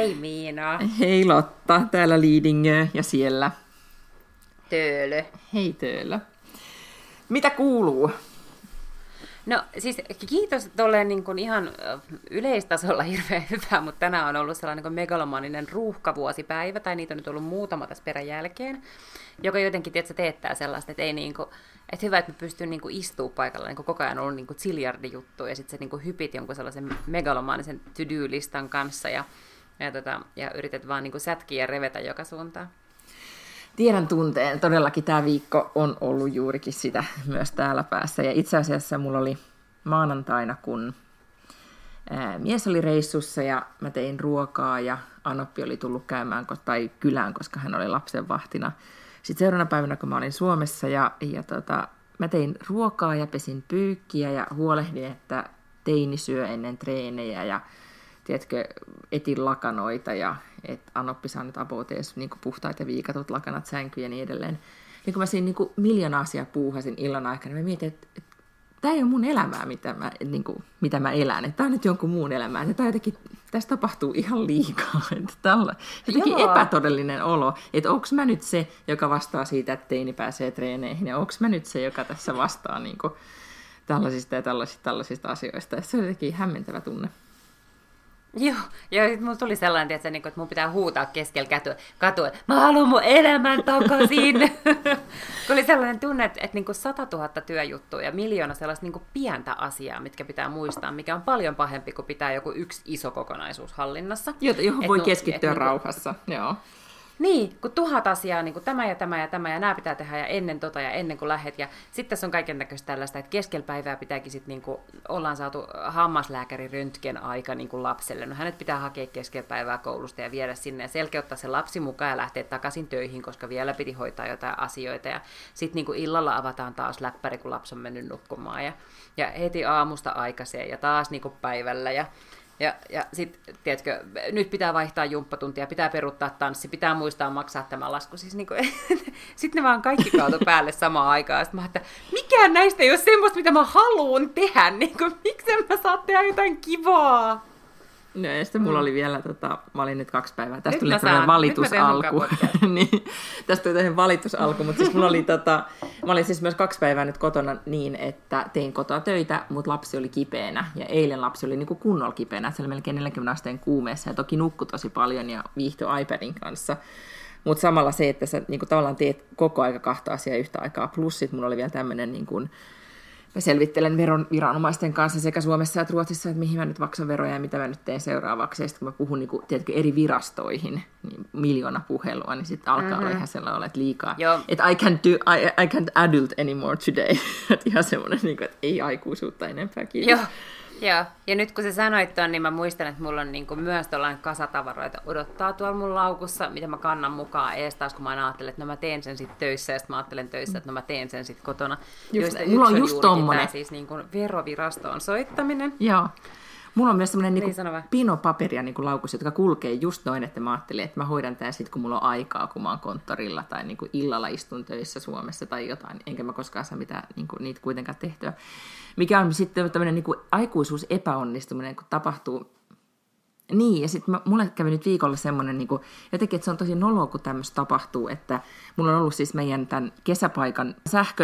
Hei Miina. Hei Lotta, täällä Liidingö ja siellä Töölö. Hei Töölö. Mitä kuuluu? No siis kiitos, että olen niin kuin ihan yleistasolla hirveän hyvä, mutta tänään on ollut sellainen niin megalomaninen ruuhkavuosipäivä, tai niitä on nyt ollut muutama tässä peräjälkeen, joka jotenkin teettää sellaista, että ei niin kuin, että hyvä, että mä pystyn niin kuin istuu paikalla, niin kuin koko ajan on ollut niin kuin ziljardijuttu, ja sitten sä niin kuin hypit jonkun sellaisen megalomanisen to-do-listan kanssa, ja yrität vaan niin kuin sätkiä ja revetä joka suuntaan. Tiedän tunteen. Todellakin tämä viikko on ollut juurikin sitä myös täällä päässä. Ja itse asiassa mulla oli maanantaina, kun mies oli reissussa ja mä tein ruokaa ja Anoppi oli tullut käymään tai kylään, koska hän oli lapsenvahtina. Sitten seuraavana päivänä, kun mä olin Suomessa mä tein ruokaa ja pesin pyykkiä ja huolehdin, että teini syö ennen treenejä ja tiedätkö, etin lakanoita ja että Anoppi saa nyt apoteessa niin puhtaat ja viikatut lakanat sänkyyn ja niin edelleen. Niin kun mä siinä niin miljoona asiaa puuhasin illan aikana, mä mietin, että tämä ei ole mun elämää, mitä mä elän. Tämä on nyt jonkun muun elämää. Tämä jotenkin, tässä tapahtuu ihan liikaa. Jotenkin epätodellinen olo, että onko mä nyt se, joka vastaa siitä, että teini pääsee treeneihin, ja onko mä nyt se, joka tässä vastaa niin tällaisista ja tällaisista asioista. Ja se on jotenkin hämmentävä tunne. Joo, ja sitten mulla tuli sellainen, että mun pitää huutaa keskellä katua, mä haluan mun elämän takaisin. Kun oli sellainen tunne, että 100 000 työjuttua ja miljoona sellaista pientä asiaa, mitkä pitää muistaa, mikä on paljon pahempi kuin pitää joku yksi iso kokonaisuus hallinnassa. Johon voi keskittyä rauhassa, joo. Niin, kun 1000 asiaa, niin kuin tämä ja tämä ja tämä, ja nämä pitää tehdä ja ennen ja ennen kuin lähet. Ja sitten tässä on kaikennäköistä tällaista, että keskellä päivää pitääkin sitten, niin kuin ollaan saatu hammaslääkäri röntgen aika niin kuin lapselle. No hänet pitää hakea keskellä päivää koulusta ja viedä sinne ja selkeuttaa se lapsi mukaan ja lähteä takaisin töihin, koska vielä piti hoitaa jotain asioita. Ja sitten niin kuin illalla avataan taas läppäri, kun lapsi on mennyt nukkumaan. Ja heti aamusta aikaiseen ja taas niin kuin päivällä. Ja sitten, tiedätkö, nyt pitää vaihtaa jumppatuntia, pitää peruuttaa tanssi, pitää muistaa maksaa tämä lasku. Siis sitten ne vaan kaikki kaatu päälle samaan aikaan. Sitten mä että mikään näistä ei ole semmoista, mitä mä haluan tehdä. Miksi en mä saa tehdä jotain kivaa? No ja sitten mulla oli vielä, mä olin nyt 2 päivää, tästä tuli tämmöinen valitusalku. Niin, tästä tuli tämmöinen valitusalku, mutta siis mulla oli, mä olin siis myös 2 päivää nyt kotona niin, että tein kotoa töitä, mutta lapsi oli kipeänä. Ja eilen lapsi oli niin kuin kunnolla kipeänä, että se oli melkein 40 asteen kuumeessa ja toki nukkui tosi paljon ja viihtyi iPadin kanssa. Mutta samalla se, että sä niin kuin tavallaan teet koko aika 2 asiaa yhtä aikaa, plus sit mulla oli vielä tämmöinen niin kuin mä selvittelen veroviranomaisten kanssa sekä Suomessa että Ruotsissa, että mihin mä nyt maksan veroja ja mitä mä nyt teen seuraavaksi. Ja sitten kun mä puhun niin kuin, tiedätkö, eri virastoihin, niin 1,000,000 puhelua, niin sitten alkaa olla ihan sellainen, että liikaa. Että I can't adult anymore today. Että ihan semmoinen, niin kuin, että ei aikuisuutta enempää, kiitos. Joo, ja nyt kun sä sanoit ton, niin mä muistan, että mulla on myös tuollainen kasatavaroita odottaa tuolla mun laukussa, mitä mä kannan mukaan ees taas, kun mä ajattelen, että no mä teen sen sitten töissä, ja sitten mä ajattelen töissä, että no mä teen sen sitten kotona. Just, mulla on just tommonen. Siis verovirastoon soittaminen. Joo. Mulla on myös semmoinen pino paperia laukussa, jotka kulkee just noin, että mä ajattelin, että mä hoidan tämän sitten, kun mulla on aikaa, kun mä oon konttorilla tai illalla istun töissä Suomessa tai jotain, enkä mä koskaan saa mitään niitä kuitenkaan tehtyä. Mikä on sitten tämmöinen aikuisuus epäonnistuminen, kun tapahtuu. Niin, ja sitten mulle kävi nyt viikolla semmoinen, jotenkin, että se on tosi noloa, kun tämmöistä tapahtuu, että mulla on ollut siis meidän tämän kesäpaikan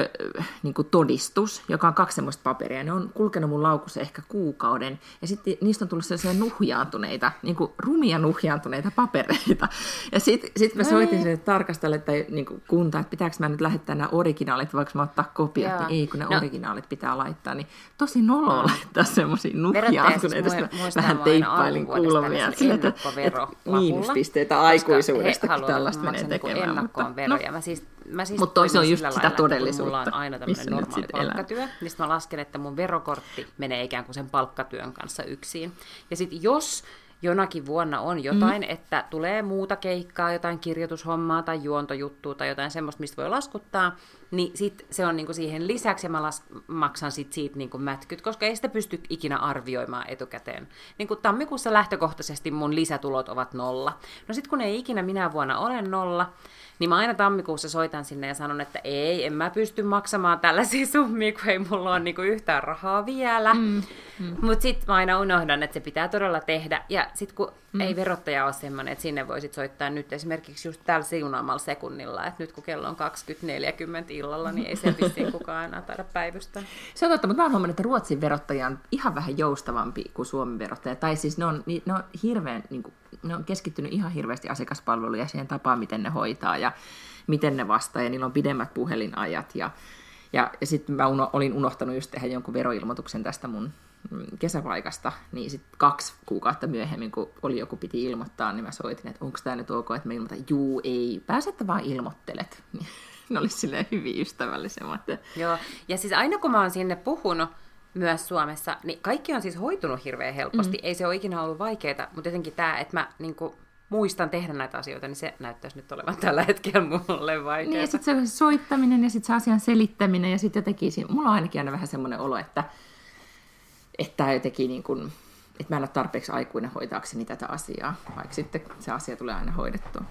sähkötodistus, joka on 2 semmoista paperia. Ne on kulkenut mun laukussa ehkä kuukauden, ja sitten niistä on tullut sellaisia nuhjaantuneita, rumia nuhjaantuneita papereita. Ja sitten mä soitin sen tarkastajalle tai kunta, että pitääkö mä nyt lähettää nämä originaalit, voiko mä ottaa kopiot, niin ei, kun ne originaalit pitää laittaa. Niin tosi noloa laittaa semmoisia nuhjaantuneita, vähän teippailin miinuspisteitä aikuisuudesta, kun tällaista menee tekemään. Mutta se on just sitä todellisuutta, mulla on aina tämmöinen normaali palkkatyö, niin mä lasken, että mun verokortti menee ikään kuin sen palkkatyön kanssa yksin. Ja sitten jos jonakin vuonna on jotain, että tulee muuta keikkaa, jotain kirjoitushommaa tai juontojuttua tai jotain semmoista, mistä voi laskuttaa, niin sit se on niinku siihen lisäksi ja mä maksan siitä niinku mätkyt, koska ei sitä pysty ikinä arvioimaan etukäteen. Niinku tammikuussa lähtökohtaisesti mun lisätulot ovat 0. No sit kun ei ikinä minä vuonna ole 0, niin mä aina tammikuussa soitan sinne ja sanon, että en mä pysty maksamaan tällaisia summia, kun ei mulla ole niinku yhtään rahaa vielä. Mutta sitten mä aina unohdan, että se pitää todella tehdä. Ja sit kun ei verottaja ole semmoinen, että sinne voisit soittaa nyt esimerkiksi just tällä siunaamalla sekunnilla, että nyt kun kello on 20.40 illalla, niin ei se vissiin kukaan enää taida päivystää. Se on totta, mutta mä oon huomannut, että Ruotsin verottaja on ihan vähän joustavampi kuin Suomen verottaja. Tai siis ne on hirveän, niin kuin, ne on keskittynyt ihan hirveästi asiakaspalveluun ja siihen tapaan, miten ne hoitaa ja miten ne vastaa, ja niillä on pidemmät puhelinajat. Ja sitten mä olin unohtanut just tehdä jonkun veroilmoituksen tästä mun kesäpaikasta, niin sitten 2 kuukautta myöhemmin, kun oli joku piti ilmoittaa, niin mä soitin, että onko tämä nyt ok, että mä ilmoitan, juu, ei, pääsette vaan ilmoittelet. Ne olisi silleen hyvin ystävällisemmat. Joo, ja siis aina kun mä oon sinne puhunut, myös Suomessa, niin kaikki on siis hoitunut hirveän helposti. Ei se ole ikinä ollut vaikeaa, mutta jotenkin tämä, että mä niin kuin muistan tehdä näitä asioita, niin se näyttäisi nyt olevan tällä hetkellä mulle vaikeaa. Niin, ja sitten se soittaminen ja sitten se asian selittäminen ja sitten jotenkin, mulla on ainakin aina vähän semmoinen olo, että jotenkin niin kuin, että mä en ole tarpeeksi aikuinen hoitaakseni tätä asiaa, vaikka sitten se asia tulee aina hoidettua.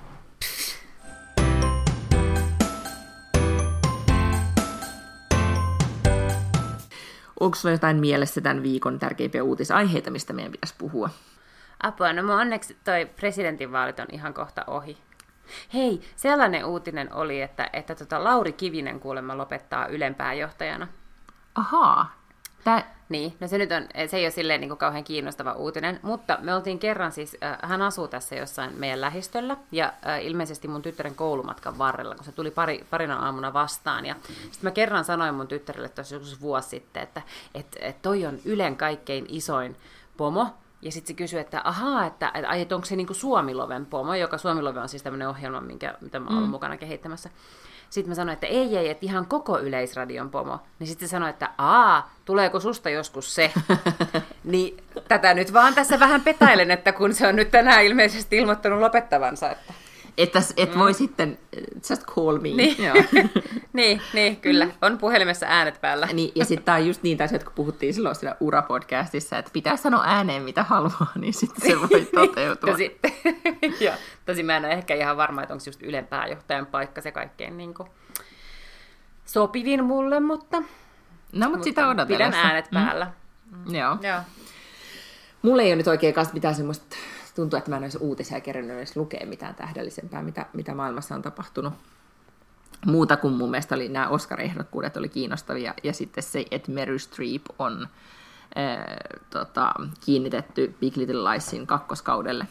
Onko sulla jotain mielessä tämän viikon tärkeimpiä uutisaiheita, mistä meidän pitäisi puhua? Apua, no mun onneksi toi presidentinvaalit on ihan kohta ohi. Hei, sellainen uutinen oli, että Lauri Kivinen kuulemma lopettaa Ylen pääjohtajana. Ahaa. Niin, no se nyt on, se ei ole silleen niin kuin kauhean kiinnostava uutinen, mutta me oltiin kerran siis, hän asuu tässä jossain meidän lähistöllä, ja ilmeisesti mun tyttären koulumatkan varrella, kun se tuli parina aamuna vastaan, ja sitten mä kerran sanoin mun tyttärelle tuossa joskus vuosi sitten, että toi on Ylen kaikkein isoin pomo, ja sitten se kysyi, että ahaa, että onko se niinku Suomiloven pomo, joka Suomilove on siis tämmöinen ohjelma, mitä mä oon ollut mukana kehittämässä. Sitten mä sanoin, että ei, että ihan koko Yleisradion pomo. Niin sitten se sanoi, että tuleeko susta joskus se? Niin tätä nyt vaan tässä vähän petäilen, että kun se on nyt tänään ilmeisesti ilmoittanut lopettavansa. Että voi sitten, just call me. Niin, niin kyllä. On puhelimessa äänet päällä. Niin, ja sitten tämä on just niin taas, että kun puhuttiin silloin siinä Ura-podcastissa, että pitää sanoa ääneen mitä haluaa, niin sitten se voi toteutua. Tosin mä en ole ehkä ihan varma, että onko just Ylen pääjohtajan paikka se kaikkein niin kuin sopivin mulle, mutta sitä odotellessa. Pidän äänet päällä. Joo. Mulla ei ole nyt oikein kanssa mitään semmoista. Tuntuu, että mä en olisi uutisia kerännyt edes lukea mitään tähdellisempää, mitä maailmassa on tapahtunut. Muuta kuin mun mielestä oli nämä Oscar-ehdokkuudet oli kiinnostavia. Ja sitten se, että Meryl Streep on kiinnitetty Big Little Liesin kakkoskaudelle.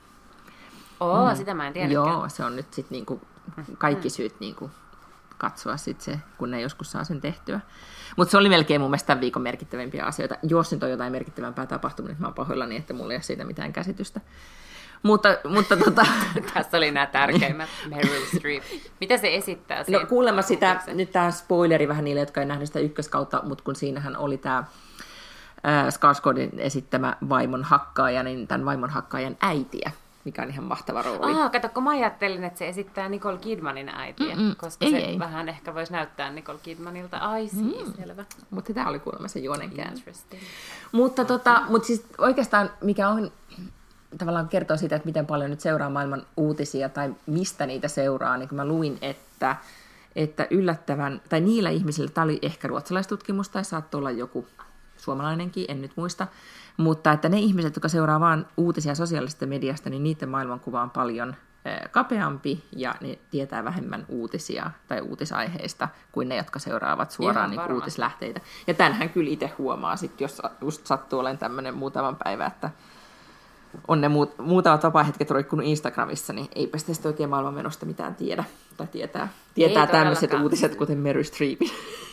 Sitä mä en tiedäkään. Joo, se on nyt sitten niinku kaikki syyt niinku katsoa sit se, kun ne joskus saa sen tehtyä. Mutta se oli melkein mun mielestä tämän viikon merkittävimpiä asioita. Jos nyt on jotain merkittävämpää tapahtunut, niin mä oon pahoillani, että mulla ei ole siitä mitään käsitystä. Mutta tässä oli nämä tärkeimmät. Meryl Streep. Mitä se esittää? No kuulemma sitä, nyt tämä spoileri vähän niille, jotka ei nähnyt sitä ykköskautta, mutta kun siinähän oli tämä Skarsgårdin esittämä vaimon hakkaaja, niin tämän vaimon hakkaajan äitiä, mikä on ihan mahtava rooli. Kato, kun mä ajattelin, että se esittää Nicole Kidmanin äitiä, koska ei. Vähän ehkä voisi näyttää Nicole Kidmanilta. Selvä. Mutta tämä oli kuulemma se juonenkään. Mutta siis oikeastaan, mikä on tavallaan kertoo siitä, että miten paljon nyt seuraa maailman uutisia tai mistä niitä seuraa, niin kun mä luin, että yllättävän, tai niillä ihmisillä, tämä oli ehkä ruotsalaistutkimus tai saattoi olla joku suomalainenkin, en nyt muista, mutta että ne ihmiset, jotka seuraa vaan uutisia sosiaalisesta mediasta, niin niiden maailmankuva on paljon kapeampi ja ne tietää vähemmän uutisia tai uutisaiheista kuin ne, jotka seuraavat suoraan niin uutislähteitä. Ja tämänhän kyllä itse huomaa, sit, jos just sattuu olemaan tämmöinen muutaman päivän, että on ne muutamat vapaa-hetket roikkunut Instagramissa, niin eipä sitä oikein maailmanmenosta mitään tiedä. Tai tietää tämmöiset uutiset, kuten Meryl Streepin.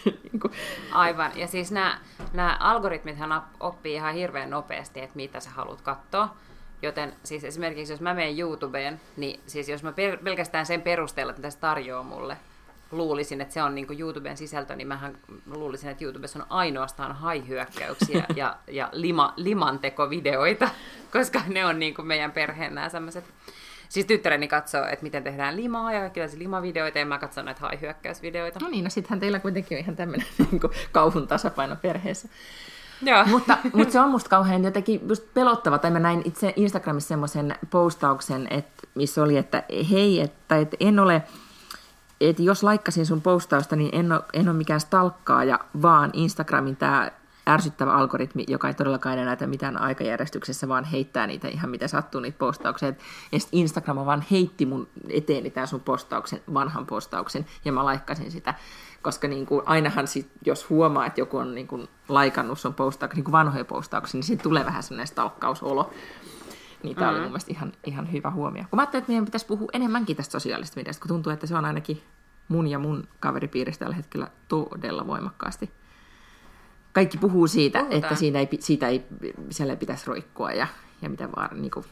Aivan. Ja siis nämä algoritmithan oppii ihan hirveän nopeasti, että mitä sä haluat katsoa. Joten siis esimerkiksi jos mä menen YouTubeen, niin siis jos mä pelkästään sen perusteella, että tässä tarjoaa mulle, luulisin, että se on niin kuin YouTuben sisältö, niin mähän luulisin, että YouTubessa on ainoastaan haihyökkäyksiä ja limantekovideoita, koska ne on niin kuin meidän perheen nämä sellaiset. Siis tyttäreni katsoo, että miten tehdään limaa ja kaikki limavideoita, ja mä katson näitä haihyökkäysvideoita. No niin, no sittenhän teillä kuitenkin on ihan tämmöinen niin kuin kauhun tasapaino perheessä. Joo. Mutta se on musta kauhean jotenkin just pelottava, tai mä näin itse Instagramissa semmoisen postauksen, missä oli, että hei, että en ole, että jos laikkasin sun postausta, niin en ole mikään stalkkaaja, vaan Instagramin tämä ärsyttävä algoritmi, joka ei todellakaan enää näitä mitään aikajärjestyksessä, vaan heittää niitä ihan mitä sattuu niitä postauksia. Ja sitten Instagram vaan heitti mun eteeni tämän sun postauksen, vanhan postauksen, ja mä laikkasin sitä. Koska niin kuin, ainahan sit, jos huomaa, että joku on niin kuin, laikannut sun postauksia, niin kuin vanhoja postauksia, niin siitä tulee vähän sellainen stalkkausolo. Niin tämä oli mun mielestä ihan hyvä huomio. Kun mä ajattelin, että meidän pitäisi puhua enemmänkin tästä sosiaalisesta mediasta, kun tuntuu, että se on ainakin mun ja mun kaveripiiristä tällä hetkellä todella voimakkaasti. Kaikki puhuu siitä, että siellä ei pitäisi roikkua ja mitä vaan. Niin kuin.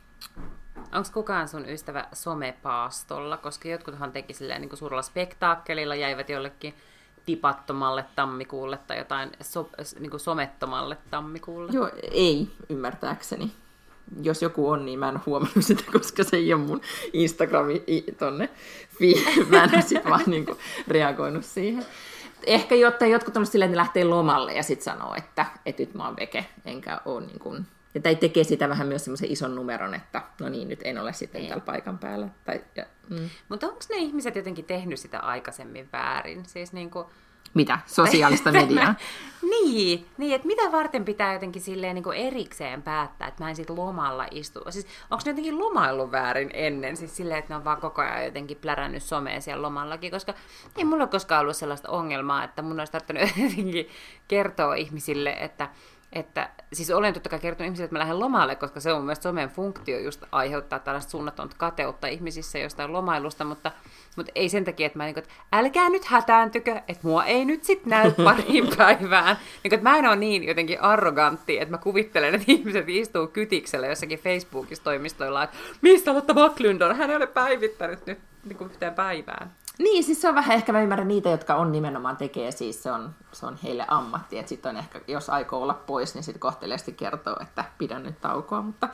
Onko kukaan sun ystävä somepaastolla? Koska jotkuthan teki silleen niin kuin suurella spektaakkelilla, jäivät jollekin tipattomalle tammikuulle tai jotain niin kuin somettomalle tammikuulle. Joo, ei ymmärtääkseni. Jos joku on, niin mä en ole huomannut sitä, koska se ei ole mun Instagrami tonne. Mä en ole sit vaan niin kuin reagoinut siihen. Ehkä jotkut on silleen, että ne lähtee lomalle ja sitten sanoo, että nyt mä oon veke, enkä ole niin kuin. Tai tekee sitä vähän myös semmoisen ison numeron, että no niin, nyt en ole sitten täällä paikan päällä. Mutta onko ne ihmiset jotenkin tehnyt sitä aikaisemmin väärin? Siis niinku. Mitä? Sosiaalista mediaa? niin, että mitä varten pitää jotenkin silleen niin kuin erikseen päättää, että mä en sit lomalla istu. Siis onko ne jotenkin lomaillut väärin ennen? Siis silleen, että ne on vaan koko ajan jotenkin plärännyt somea siellä lomallakin, koska ei mulla ole koskaan ollut sellaista ongelmaa, että mun olisi tarvinnut jotenkin kertoa ihmisille, että siis olen totta kai kertonut ihmisille, että mä lähden lomalle, koska se on mun mielestä somen funktio just aiheuttaa tällaista suunnatonta kateutta ihmisissä jostain lomailusta, mutta ei sen takia, että mä niin kuin, että älkää nyt hätääntykö, että mua ei nyt sit näy pariin päivään. Niin, että mä en ole niin jotenkin arrogantti, että mä kuvittelen, että ihmiset istuu kytiksellä jossakin Facebookissa toimistoilla, että mistä Lotta Backlund on, hän ei ole päivittänyt nyt niin kuin yhteen päivään. Niin, siis se on vähän, ehkä mä ymmärrän niitä, jotka on nimenomaan tekee, siis se on heille ammatti, että sitten on ehkä, jos aikoo olla pois, niin sitten kohteliaasti kertoo, että pidän nyt taukoa, mutta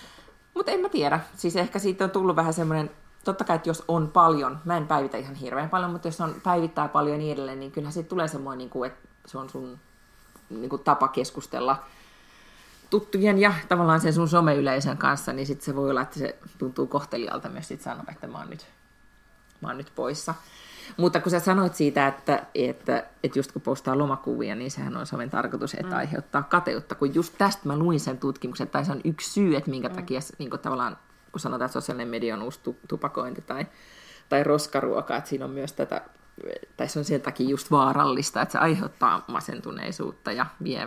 en mä tiedä, siis ehkä siitä on tullut vähän semmoinen, totta kai, että jos on paljon, mä en päivitä ihan hirveän paljon, mutta jos on päivittää paljon ja niin edelleen, niin kyllähän siitä tulee semmoinen, niin kuin, että se on sun niin kuin tapa keskustella tuttujen ja tavallaan sen sun someyleisön kanssa, niin sitten se voi olla, että se tuntuu kohtelijalta myös sit sanoa, että mä oon nyt poissa. Mutta kun sä sanoit siitä, että just kun postaa lomakuvia, niin sehän on somen tarkoitus, että aiheuttaa kateutta. Kun just tästä mä luin sen tutkimuksen, tai se on yksi syy, että minkä takia niin kun tavallaan, kun sanotaan, että sosiaalinen media on uusi tupakointi tai roskaruoka, että siinä on myös tätä, tai se on sen takia just vaarallista, että se aiheuttaa masentuneisuutta ja vie.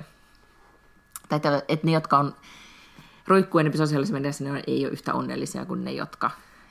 Tai että ne, jotka on roikkuu enempi sosiaalisessa mediassa, ne ei ole yhtä onnellisia kuin ne, jotka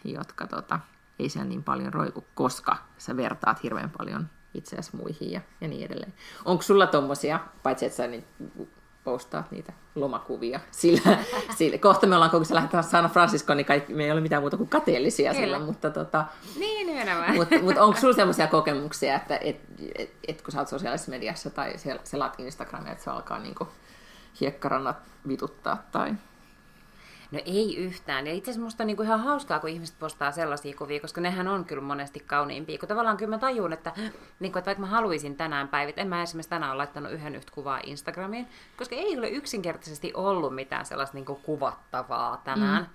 ei siellä niin paljon roiku, koska sä vertaat hirveän paljon itseäsi muihin ja niin edelleen. Onko sulla tommosia, paitsi että sä postaat niitä lomakuvia, sillä kohta me ollaan, kun sä lähdetään San Franciscoon, niin me ei ole mitään muuta kuin kateellisia sillä, mutta niin nimenomaan. Mutta onko sulla semmoisia kokemuksia, että kun sä oot sosiaalisessa mediassa tai selaat Instagramia, että se alkaa niinku hiekkarannat vituttaa tai. No ei yhtään. Ja itse asiassa musta on niinku ihan hauskaa, kun ihmiset postaa sellaisia kuvia, koska nehän on kyllä monesti kauniimpia. Kun tavallaan kyllä mä tajun, että vaikka mä haluaisin tänään päivit, en mä esimerkiksi tänään ole laittanut yhtä kuvaa Instagramiin, koska ei ole yksinkertaisesti ollut mitään sellaista niinku kuvattavaa tänään.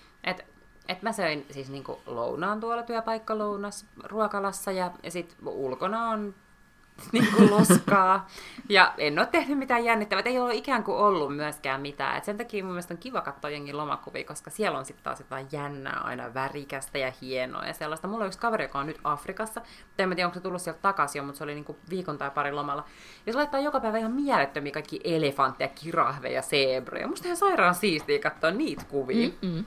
Et mä söin siis niinku lounaan tuolla työpaikkalounas ruokalassa ja sit ulkona on niinku loskaa. Ja en ole tehnyt mitään jännittävää. Ei ole ikään kuin ollut myöskään mitään. Et sen takia mun mielestä on kiva katsoa jenkin lomakuvia, koska siellä on sitten taas jotain jännää, aina värikästä ja hienoa ja sellaista. Mulla on yksi kaveri, joka on nyt Afrikassa. En tiedä, onko se tullut sieltä takaisin jo, mutta se oli niinku viikon tai parin lomalla. Ja se laittaa joka päivä ihan mielettömiä kaikki elefantteja, kirahveja, seebroja. Musta ihan sairaan siistiä katsoa niitä kuvia.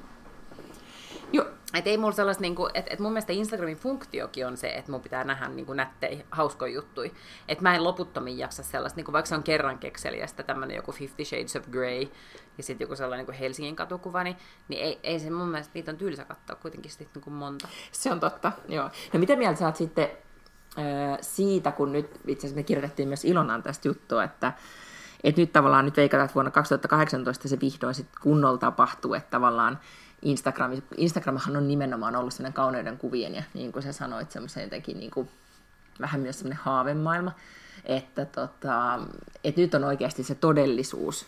Joo. Että ei mulla sellaista, niinku, että mun mielestä Instagramin funktiokin on se, että mun pitää nähdä niinku nättejä, hauskoja juttuja. Että mä en loputtomiin jaksa sellaista, niinku vaikka se on kerran kekseliästä tämmönen joku 50 Shades of Grey ja sitten joku sellainen niinku Helsingin katukuva, niin ei se mun mielestä, niitä on tylsä katsoa kuitenkin sitten niinku monta. Se on totta, joo. No mitä mieltä sä oot sitten siitä, kun nyt itse asiassa me kirjoitettiin myös Ilonaan tästä juttua, että nyt tavallaan nyt veikataan, että vuonna 2018 se vihdoin sitten kunnolla tapahtuu, että tavallaan Instagramahan on nimenomaan ollut sellainen kauneuden kuvien ja niin kuin sä sanoit, semmoisen jotenkin niin kuin, vähän myös semmoinen haavemaailma, että nyt on oikeasti se todellisuus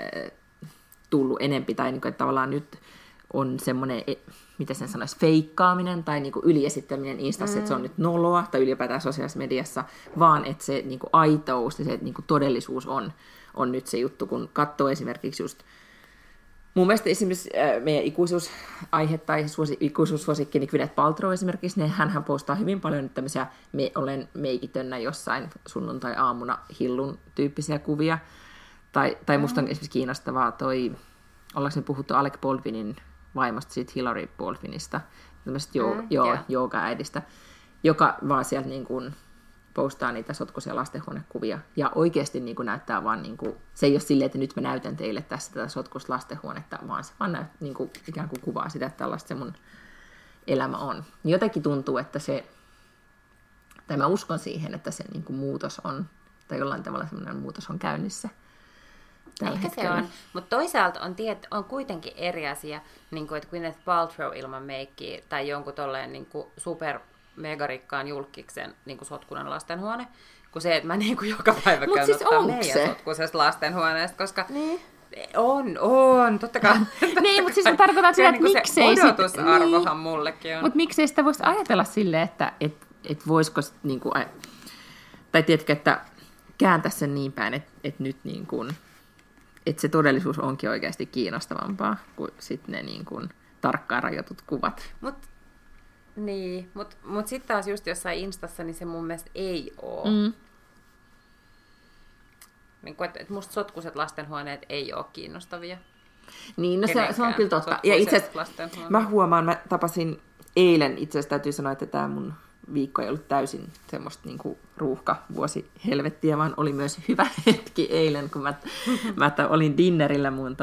tullut enempi, tai niin kuin, että tavallaan nyt on semmoinen, mitä sen sanoisi, feikkaaminen tai niin kuin yliesittäminen Instassa, että se on nyt noloa tai ylipäätään sosiaalisessa mediassa, vaan että se niin kuin aitous ja se niin kuin todellisuus on nyt se juttu, kun katsoo esimerkiksi just mun mielestä esimerkiksi meidän ikuisuusaihe tai ikuisuussuosikki, niin Gwyneth Paltrow esimerkiksi, niin hänhän postaa hyvin paljon nyt tämmöisiä olen meikitönnä jossain sunnuntai-aamuna hillun tyyppisiä kuvia. Tai musta on esimerkiksi kiinnostavaa ollaanko me puhuttu Alec Baldwinin vaimosta, siitä Hillary Baldwinista, tämmöisestä jooga-äidistä, joka vaan sieltä niin kuin postaa niitä sotkuisia lastenhuonekuvia. Ja oikeasti niin kuin näyttää vaan, niin kuin, se ei ole silleen, että nyt mä näytän teille tässä tätä sotkuista lastenhuonetta, vaan se vaan niin kuin, ikään kuin kuvaa sitä, että tällaista se mun elämä on. Niin jotenkin tuntuu, että tai mä uskon siihen, että se niin kuin muutos on, tai jollain tavalla semmoinen muutos on käynnissä. Ehkä hetkellä. Se on, mutta toisaalta on kuitenkin eri asia, niin kuin, että Gwyneth Paltrow ilman meikkiä tai jonkun tolleen niin kuin super megarikkaan julkiksen niin kuin sotkunen lastenhuone, kuin se, että mä niin kuin joka päivä käyn siis ottaa meidän sotkuisesta lastenhuoneesta, koska on, totta kai. Niin, mutta siis mä tarkoitan sitä, että miksei se odotusarvohan mullekin on. Mutta miksei sitä voisi ajatella silleen, että voisiko, niin kuin, tai tiedätkö, että kääntäisi sen niin päin, että nyt niin kuin, että se todellisuus onkin oikeasti kiinnostavampaa kuin sitten ne niin kuin tarkkaan rajoitut kuvat. Mutta sitten taas just jossain Instassa, niin se mun mielestä ei ole. Niin kuin, että musta sotkuiset lastenhuoneet ei ole kiinnostavia. Niin, no se on kyllä totta. Ja itse asiassa mä huomaan, mä tapasin eilen, itse asiassa täytyy sanoa, että tämä mun viikko ei ollut täysin semmoista niinku ruuhkavuosi helvettiä, vaan oli myös hyvä hetki eilen, kun mä olin dinnerillä mun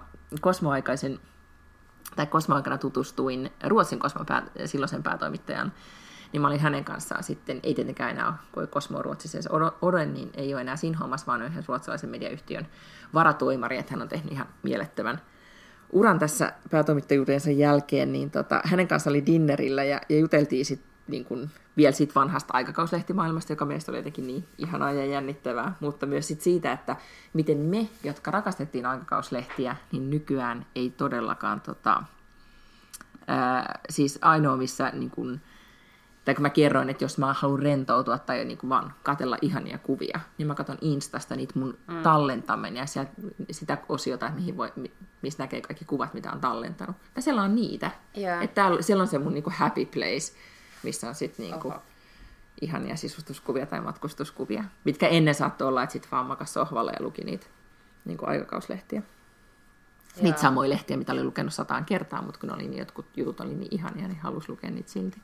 Kosmo-aikana tutustuin Ruotsin Kosmon silloisen päätoimittajan, niin mä olin hänen kanssaan sitten, ei tietenkään enää ole Kosmo Ruotsissa, Oden, niin ei ole enää siinä hommassa, vaan yhden ruotsalaisen mediayhtiön varatoimari, että hän on tehnyt ihan mielettömän uran tässä päätoimittajuutensa jälkeen, niin hänen kanssa oli dinnerillä ja juteltiin sitten niin kuin vielä siitä vanhasta aikakauslehtimaailmasta, joka meistä oli jotenkin niin ihanaa ja jännittävää, mutta myös sit siitä, että miten me, jotka rakastettiin aikakauslehtiä, niin nykyään ei todellakaan, siis ainoa missä, niin kuin, tai kun mä kerroin, että jos mä haluan rentoutua tai niin kuin vaan katsella ihania kuvia, niin mä katson Instasta niitä mun tallentaminen ja sitä osiota, missä näkee kaikki kuvat, mitä on tallentanut. Ja siellä on niitä. Yeah. Että siellä on se mun niin kuin happy place, missä on sitten niinku ihania sisustuskuvia tai matkustuskuvia, mitkä ennen saattoi olla, että sitten vaan makas sohvalla ja luki niitä niinku aikakauslehtiä. Jaa. Niitä samoja lehtiä, mitä oli lukenut 100 kertaa, mutta kun oli niin, jotkut jutut oli niin ihania, niin halusi lukea niitä silti.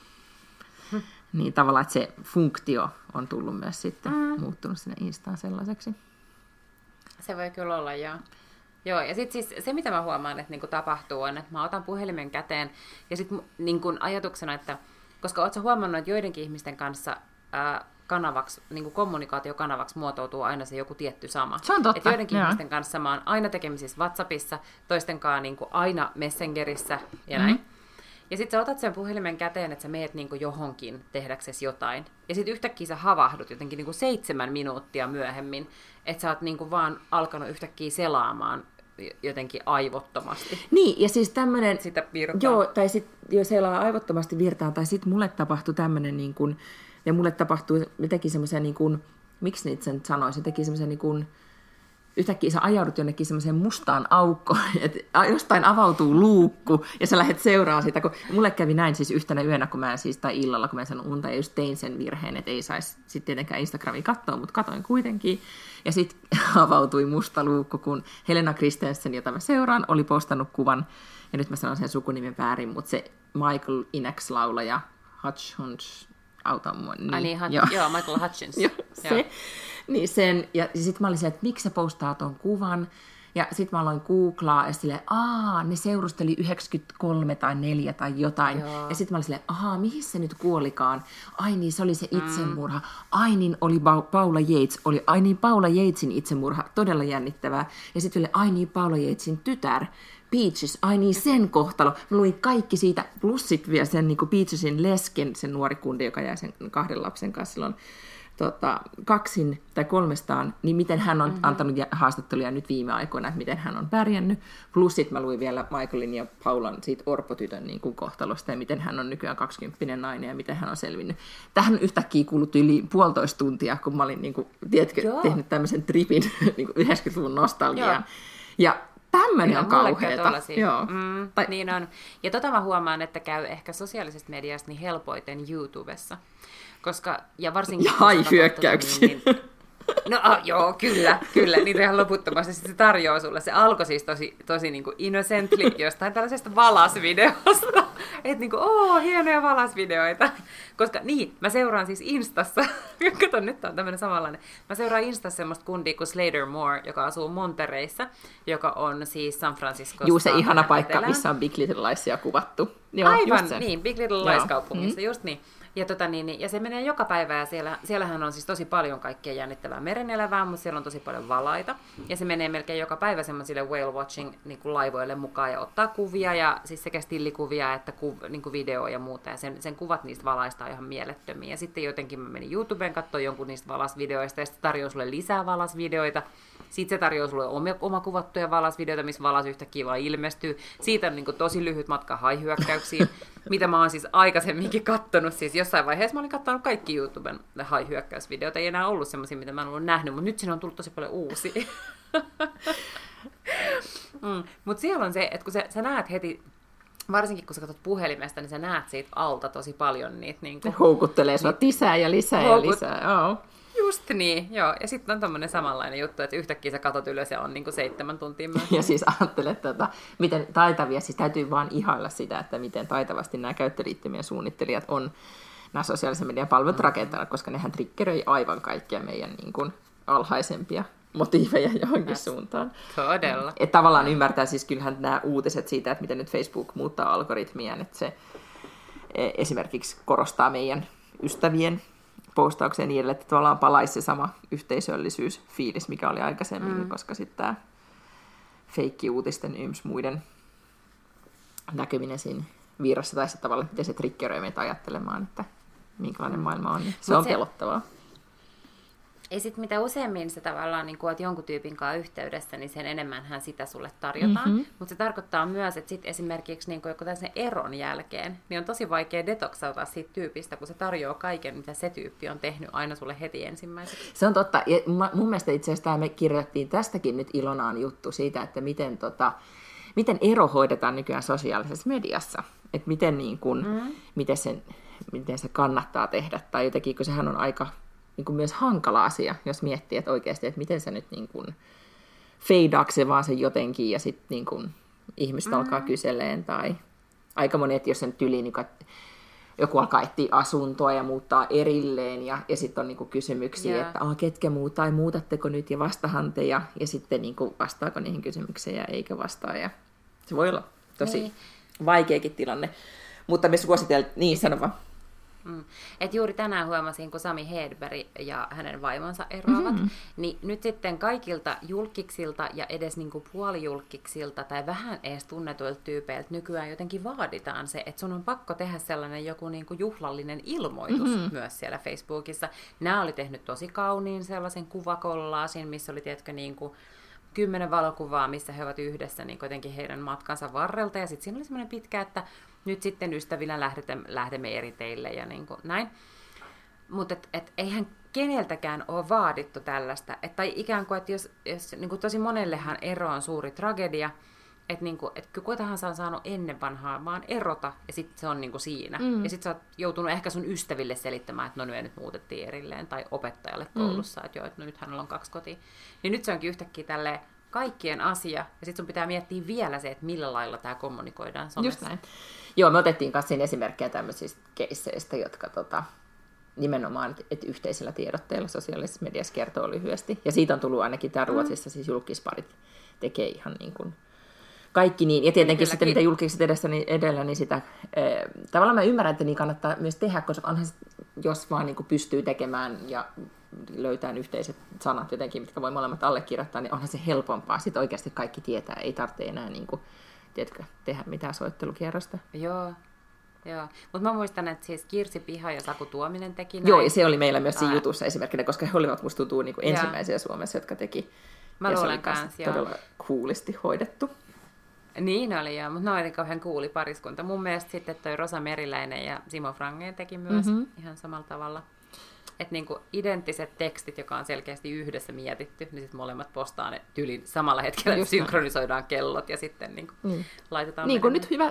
Niin tavallaan, että se funktio on tullut myös sitten muuttunut sinne Instaan sellaiseksi. Se voi kyllä olla, joo. Joo, ja sitten siis se, mitä mä huomaan, että niinku tapahtuu, on, että mä otan puhelimen käteen, ja sitten niinku ajatuksena, että koska ootko huomannut, että joidenkin ihmisten kanssa kanavaksi, niinku kommunikaatiokanavaksi muotoutuu aina se joku tietty sama. Se on totta. Että joidenkin ihmisten kanssa mä oon aina tekemisissä WhatsAppissa, toistenkaan niinku aina Messengerissä ja näin. Ja sitten sä otat sen puhelimen käteen, että sä meet niinku johonkin tehdäksesi jotain. Ja sitten yhtäkkiä sä havahdut jotenkin niinku 7 minuuttia myöhemmin, että sä oot niinku vaan alkanut yhtäkkiä selaamaan jotenkin aivottomasti. Niin, ja siis tämmöinen... Sitä virtaa. Joo, tai sitten jo selaa aivottomasti virtaa, tai sitten mulle tapahtui tämmöinen, niin kuin, ja mulle tapahtui, me teki semmoisen, niin kuin, miksi niitä sen sanoisi, teki semmoisen, niin kuin, yhtäkkiä sä ajaudut jonnekin semmoiseen mustaan aukkoon, että jostain avautuu luukku, ja sä lähdet seuraamaan sitä, kun mulle kävi näin siis yhtenä yönä, tai illalla, kun mä en saanut unta, ja just tein sen virheen, että ei saisi sitten tietenkään Instagramia katsoa, mutta katoin kuitenkin, ja sitten avautui musta luukku, kun Helena Christensen, jota mä seuraan, oli postannut kuvan, ja nyt mä sanon sen sukunimen väärin, mutta se Michael Inex-laulaja, Hutchins, auta mua. Niin, joo, Michael Hutchins. Joo, se. Niin sen, ja sitten mä olin se, että miksi sä postaa ton kuvan, ja sitten mä aloin googlaa, ja silleen, ne seurusteli 93 tai 4 tai jotain, ja sitten mä olin silleen, mihin se nyt kuolikaan, ai niin, se oli se itsemurha, ai niin, oli Paula Yates, ai niin, Paula Yatesin itsemurha, todella jännittävää, ja sitten vielä, ai niin, Paula Yatesin tytär, Peaches, ai niin, sen kohtalo. Mä luin kaikki siitä, plus sitten vielä sen niin Peachesin lesken, sen nuori kundi, joka jäi sen 2 lapsen kanssa silloin kaksin tai kolmestaan, niin miten hän on antanut haastatteluja nyt viime aikoina, että miten hän on pärjännyt. Plus sit mä luin vielä Michaelin ja Paulan siitä orpotytön niin kuin kohtalosta ja miten hän on nykyään 20 nainen ja miten hän on selvinnyt. Tähän yhtäkkiä kuului yli 1,5 tuntia, kun mä olin niin kuin, tiedätkö, tehnyt tämmöisen tripin niin kuin 90-luvun nostalgiaan. Ja tämmöinen on kauheeta. Niin on. Ja mä huomaan, että käy ehkä sosiaalisesta mediasta niin helpoiten YouTubessa. Koska, ja varsinkin... Ja hai-hyökkäyksiä. No joo, kyllä, niitä ihan loputtomasti. Sitten se tarjoaa sulle. Se alkoi siis tosi niin kuin innocently jostain tällaisesta valasvideosta. Että niin kuin, hienoja valasvideoita. Koska niin, mä seuraan siis Instassa, kato nyt tää on tämmönen samanlainen. Mä seuraan Instassa semmoista kundia kuin Slater Moore, joka asuu Montereyssä, joka on siis San Franciscosta. Juu, se ihana paikka, missä on Big Little Liesia kuvattu. Joo, aivan, niin, Big Little Lies kaupungissa, just niin. Ja, ja se menee joka päivä, ja siellähän on siis tosi paljon kaikkea jännittävää merenelävää, mutta siellä on tosi paljon valaita. Ja se menee melkein joka päivä semmoisille whale watching niin kuin laivoille mukaan ja ottaa kuvia, ja siis sekä stillikuvia että niin kuin video ja muuta. Ja sen kuvat niistä valaista on ihan mielettömiä. Ja sitten jotenkin mä menin YouTubeen katsoa jonkun niistä valasvideoista, ja sitten tarjoaa sulle lisää valasvideoita. Sitten se tarjoaa sulle oma kuvattuja valasvideoita, missä valas yhtäkkiä vaan ilmestyy. Siitä on niin kuin tosi lyhyt matka hai-hyökkäyksiin, mitä mä oon siis aikaisemminkin kattonut. Siis jossain vaiheessa mä olin katsonut kaikki YouTuben hai-hyökkäysvideoita. Ei enää ollut semmoisia, mitä mä en ollut nähnyt, mutta nyt siinä on tullut tosi paljon uusia. Mutta siellä on se, että kun sä näet heti, varsinkin kun sä katsot puhelimesta, niin sä näet siitä alta tosi paljon niitä. Niin kuin, houkuttelee sua lisää ja lisää ja lisää. Oh. Just niin, joo. Ja sitten on tommoinen samanlainen juttu, että yhtäkkiä sä katot ylös ja on niinku 7 tuntia myöhemmin. Ja siis ajattelet, miten taitavia, siis täytyy vaan ihailla sitä, että miten taitavasti nämä käyttöliittymien suunnittelijat on nämä sosiaalisen median palvelut rakentanut, koska nehän triggeröi aivan kaikkia meidän niin kuin alhaisempia motiiveja johonkin suuntaan. Todella. Että tavallaan ymmärtää siis kyllähän nämä uutiset siitä, että miten nyt Facebook muuttaa algoritmiaan, että se esimerkiksi korostaa meidän ystävien postaukseen niin, että tavallaan palaisi se sama yhteisöllisyysfiilis, mikä oli aikaisemmin, koska sitten tämä feikki-uutisten muiden näkeminen siinä virrassa tai se tavalla, miten se triggeröi meitä ajattelemaan, että minkälainen maailma on, niin se on pelottavaa. Ja sitten mitä useammin sä tavallaan niin oot jonkun tyypin kanssa yhteydessä, niin sen enemmänhän sitä sulle tarjotaan. Mutta se tarkoittaa myös, että sit esimerkiksi niin joku tällaisen eron jälkeen, niin on tosi vaikea detoksautaa siitä tyypistä, kun se tarjoaa kaiken, mitä se tyyppi on tehnyt aina sulle heti ensimmäiseksi. Se on totta. Ja mun mielestä itse asiassa me kirjoitettiin tästäkin nyt Ilonaan juttu siitä, että miten ero hoidetaan nykyään sosiaalisessa mediassa. Että miten, niin kun, miten se kannattaa tehdä. Tai jotenkin, kun sehän on aika niin kuin myös hankala asia, jos miettii, että oikeasti, että miten sä nyt niin kuin feidaako se vaan sen jotenkin ja sitten niin kuin ihmiset alkaa kyseleen tai aika monet, jos sen tyli, niin joku alkaa etsiä asuntoa ja muuttaa erilleen ja sitten on niin kuin kysymyksiä, että ketkä muuttaa, muutatteko nyt ja vastahan te ja sitten niin kuin vastaako niihin kysymyksiin ja eikä vastaa ja se voi olla tosi vaikeakin tilanne, mutta me suositeltiin, sano vaan. Et juuri tänään huomasin, kun Sami Hedberg ja hänen vaimonsa eroavat, niin nyt sitten kaikilta julkiksilta ja edes niinku puolijulkiksilta tai vähän edes tunnetuilta tyypeiltä nykyään jotenkin vaaditaan se, että sun on pakko tehdä sellainen joku niinku juhlallinen ilmoitus myös siellä Facebookissa. Nämä oli tehnyt tosi kauniin sellaisen kuvakollaasin, missä oli tietkö niinku 10 valokuvaa, missä he ovat yhdessä niin jotenkin heidän matkansa varrelta. Ja sitten siinä oli semmoinen pitkä, että nyt sitten ystävinä lähdemme eri teille ja niin kuin näin. Mutta eihän keneltäkään ole vaadittu tällaista. Tai ikään kuin, että jos niin kuin tosi monellehan ero on suuri tragedia, että niin kuka tahansa on saanut ennen vanhaa vaan erota, ja sitten se on niin kuin siinä. Ja sitten sä oot joutunut ehkä sun ystäville selittämään, että no nyt muutettiin erilleen, tai opettajalle koulussa, että joo, että no nyt hänellä on 2 kotia. Niin nyt se onkin yhtäkkiä tälleen kaikkien asia, ja sitten sun pitää miettiä vielä se, että millä lailla tämä kommunikoidaan somessa. Just näin. Joo, me otettiin kanssa siinä esimerkkejä tämmöisistä keisseistä, jotka nimenomaan, että yhteisellä tiedotteella sosiaalisessa mediassa kertoo lyhyesti. Ja siitä on tullut ainakin tää Ruotsissa, siis julkisparit tekee ihan niin kuin kaikki niin. Ja tietenkin sitten, mitä julkiset edellä, niin sitä tavallaan mä ymmärrän, että niin kannattaa myös tehdä, koska onhan se, jos vaan niin kuin pystyy tekemään ja löytää yhteiset sanat jotenkin, mitkä voi molemmat allekirjoittaa, niin onhan se helpompaa. Sitten oikeasti kaikki tietää, ei tarvitse enää niin kuin, tiedätkö, tehdä mitään soittelukierrosta. Joo. Joo, mutta mä muistan, että siis Kirsi Piha ja Saku Tuominen teki näin. Joo, ja se oli meillä myös siinä jutussa esimerkkinä, koska he olivat musta tuntuu niin kuin ensimmäisiä Suomessa, jotka teki. Mä ja luulen kanssa, joo. Todella coolisti hoidettu. Niin oli, joo, mutta ne oli kauhean cooli pariskunta. Mun mielestä sitten toi Rosa Meriläinen ja Simo Frangén teki myös ihan samalla tavalla. Että niinku identtiset tekstit, joka on selkeästi yhdessä mietitty, niin sitten molemmat postaa ne tyylin samalla hetkellä, just synkronisoidaan kellot ja sitten niinku laitetaan. Niin kuin nyt hyvä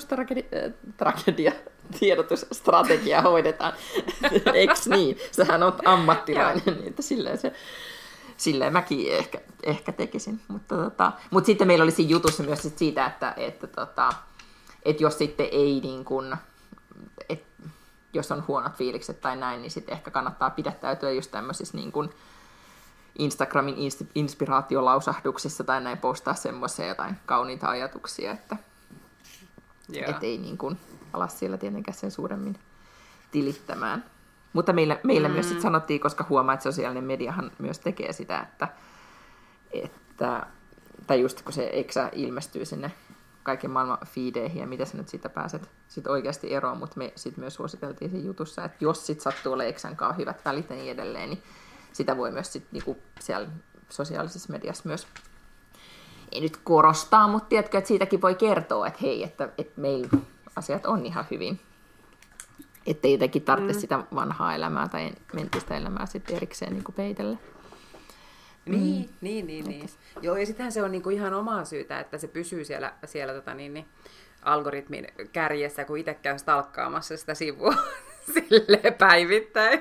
tiedotusstrategia hoidetaan. Eiks niin? Sähän oot ammattilainen, niin että silleen mäkin ehkä tekisin. Mutta sitten meillä oli siinä jutussa myös siitä, että jos sitten ei niin kuin, jos on huonot fiilikset tai näin, niin sitten ehkä kannattaa pidättäytyä just tämmöisissä niin kuin Instagramin inspiraatiolausahduksissa tai näin postaa semmoisia jotain kauniita ajatuksia, että et ei niin kuin ala siellä tietenkään sen suuremmin tilittämään. Mutta meillä myös sit sanottiin, koska huomaa, että sosiaalinen mediahan myös tekee sitä, tai just kun se eksä ilmestyy sinne kaiken maailman feedeihin ja mitä sä nyt siitä pääset sit oikeasti eroon, mutta me sitten myös suositeltiin siinä jutussa, että jos sit sattuu olemaan eksän kanssa hyvät välit ja niin edelleen, niin sitä voi myös sit niinku siellä sosiaalisessa mediassa myös, ei nyt korostaa, mutta tiedätkö, että siitäkin voi kertoa, että hei, että meillä asiat on ihan hyvin. Että ei jotenkin tarvitse sitä vanhaa elämää tai mentistä elämää sitten erikseen niin kuin peitellä. Niin. Joo, ja sittenhän se on niinku ihan omaa syytä, että se pysyy siellä algoritmin kärjessä, kun itse käy stalkkaamassa sitä sivua silleen päivittäin.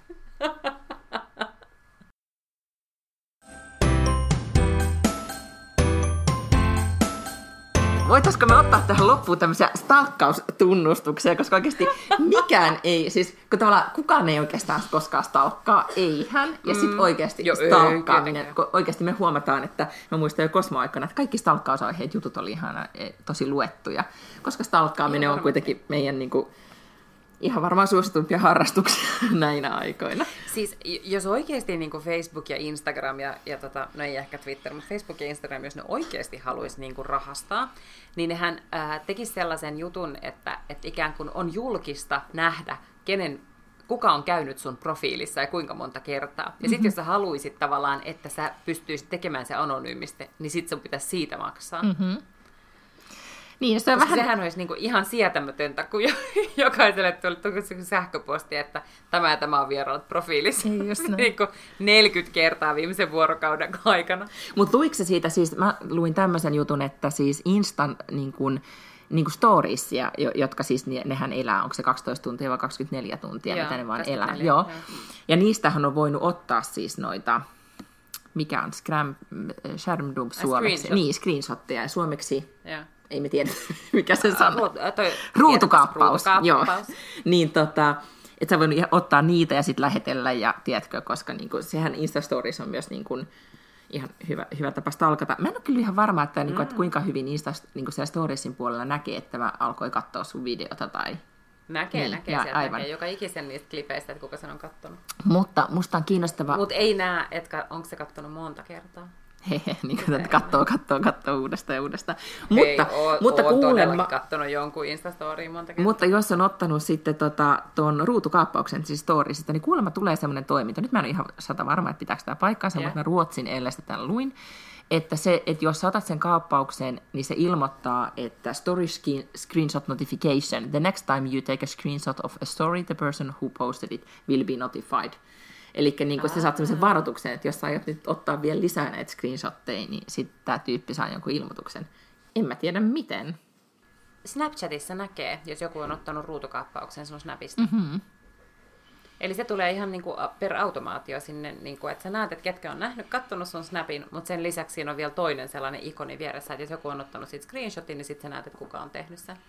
Voitaisiko me ottaa tähän loppuun tämmöisiä stalkkaustunnustuksia, koska oikeasti mikään ei, siis kun tavallaan kukaan ei oikeastaan koskaan stalkkaa, eihän, ja sitten oikeasti stalkkaaminen, oikeasti me huomataan, että mä muistan jo Kosmo-aikana, että kaikki stalkkausaiheet jutut oli ihan tosi luettuja, koska stalkkaaminen on kuitenkin meidän niinku, ihan varmaan suositumpia harrastuksia näinä aikoina. Siis jos oikeasti niin kuin Facebook ja Instagram, no ei ehkä Twitter, mutta Facebook ja Instagram, jos ne oikeasti haluaisi niin kuin rahastaa, niin nehän tekisi sellaisen jutun, että ikään kuin on julkista nähdä, kuka on käynyt sun profiilissa ja kuinka monta kertaa. Ja sitten jos sä haluisit tavallaan, että sä pystyisit tekemään se anonyymisti, niin sitten sun pitäisi siitä maksaa. Niin, se on vähän... Sehän olisi niinku ihan sietämätöntä, kun jokaiselle tuli sähköposti, että tämä ja tämä on vieraat profiilissa niinku 40 kertaa viimeisen vuorokauden aikana. Mutta luitko se siitä, siis mä luin tämmöisen jutun, että siis Instan niin kuin storiesia, jotka siis nehän elää, onko se 12 tuntia vai 24 tuntia, mitä ne vaan elää. Joo. Ja niistähän on voinut ottaa siis noita, mikä on skärmdump suomeksi? Niin, screenshotteja ja suomeksi... Ei me tiedä, mikä se sanoo. Ruutukaappaus. Joo. Niin että sä voinut ottaa niitä ja sitten lähetellä ja tiedätkö, koska niinku, sehän Instastories on myös niinku, ihan hyvä tapa stalkata. Mä en ole kyllä ihan varma, että kuinka hyvin niinku siellä storiesin puolella näkee, että mä alkoi katsoa sun videota tai... Näkee sieltä, näkee joka ikisen niistä klipeistä, että kuka sen on kattonut. Mutta musta on kiinnostavaa... Mutta ei näe, että onko se kattonut monta kertaa. Niin kuin, että katsoo uudestaan ja uudestaan. Mutta olen todellakin katsonut jonkun Instastoriin monta kertaa. Mutta jos on ottanut sitten tuon ruutukaappauksen, siis storiesista, niin kuulemma tulee semmoinen toiminto. Nyt mä en ole ihan varma, että pitääkö tämä paikkaansa, mutta mä ruotsin ellestä tämän luin. Että jos sä otat sen kaappauksen, niin se ilmoittaa, että story screenshot notification. The next time you take a screenshot of a story, the person who posted it will be notified. Eli niin kun sä saat sellaisen varoituksen, että jos sä aiot nyt ottaa vielä lisää näitä screenshotteja, niin sitten tämä tyyppi saa jonkun ilmoituksen. En mä tiedä miten. Snapchatissa näkee, jos joku on ottanut ruutukaappauksen sun Snapista. Eli se tulee ihan niin kuin per automaatio sinne, niin kuin, että sä näet, että ketkä on katsonut sun Snapin, mutta sen lisäksi siinä on vielä toinen sellainen ikoni vieressä, että jos joku on ottanut siitä screenshotin, niin sitten sä näet, että kuka on tehnyt sen.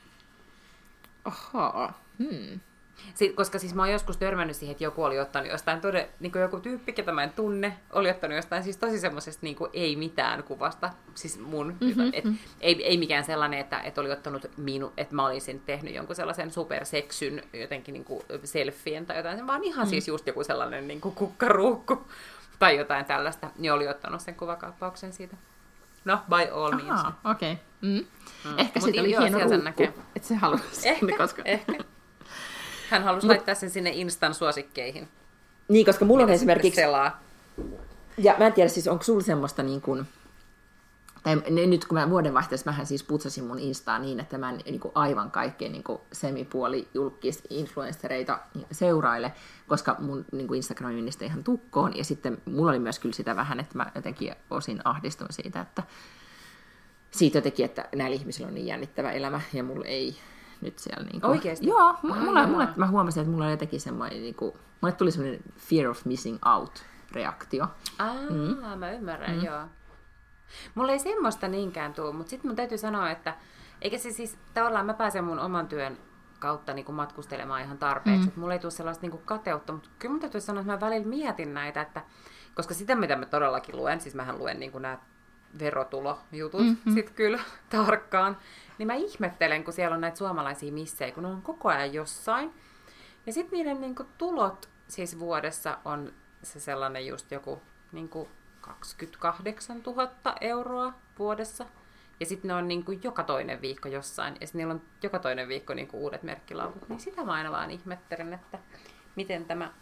Ahaa. Koska siis mä oon joskus törmännyt siihen, että joku oli ottanut jostain niin kuin joku tyyppi, ketä mä en tunne, oli ottanut jostain siis tosi semmoisesta niin kuin ei mitään kuvasta, siis mun, ei mikään sellainen, että oli ottanut että mä olisin tehnyt jonkun sellaisen superseksyn jotenkin niin kuin selfien tai jotain, vaan ihan siis just joku sellainen niin kuin kukkaruukku tai jotain tällaista, niin oli ottanut sen kuvakaappauksen siitä. No, by all means. Okei. Ehkä siitä oli hieno ruukku, että se halusi. Ehkä. Hän halusi laittaa sen sinne Instan suosikkeihin. Niin, koska mulla on esimerkiksi... Ja mä en tiedä, siis onko sulla semmoista niin kuin... Tai nyt kun mä vuodenvaihteessa mähän siis putsasin mun Instaa niin, että mä en niin kuin aivan kaikkea niin semipuoli-julkis influenssereita seuraile, koska mun niin kuin Instagram menisi ihan tukkoon. Ja sitten mulla oli myös kyllä sitä vähän, että mä jotenkin osin ahdistuin siitä, että siitä jotenkin, että näillä ihmisillä on niin jännittävä elämä ja mulla ei nyt siellä... Niin kuin... Oikeasti? Joo, mä huomasin, että mulla oli jotenkin semmoinen... Niin kuin... Mulle tuli semmoinen fear of missing out-reaktio. Mä ymmärrän, joo. Mulla ei semmoista niinkään tule, mutta sitten mun täytyy sanoa, että eikä se siis tavallaan mä pääsen mun oman työn kautta niin kuin matkustelemaan ihan tarpeeksi. Että mulla ei tule sellaista niin kuin kateutta, mutta kyllä mun täytyy sanoa, että mä välillä mietin näitä, että koska sitä mitä mä todellakin luen, siis mähän luen niin kuin nämä verotulojutut sit kyllä tarkkaan, niin mä ihmettelen, kun siellä on näitä suomalaisia missejä, kun ne on koko ajan jossain. Ja sitten niiden niin kuin tulot siis vuodessa on se sellainen just joku niin kuin 28 000 euroa vuodessa. Ja sitten ne on niin kuin joka toinen viikko jossain. Ja sitten niillä on joka toinen viikko niin kuin uudet merkkilaukut. Niin sitä mä aina vaan ihmettelen, että miten tämä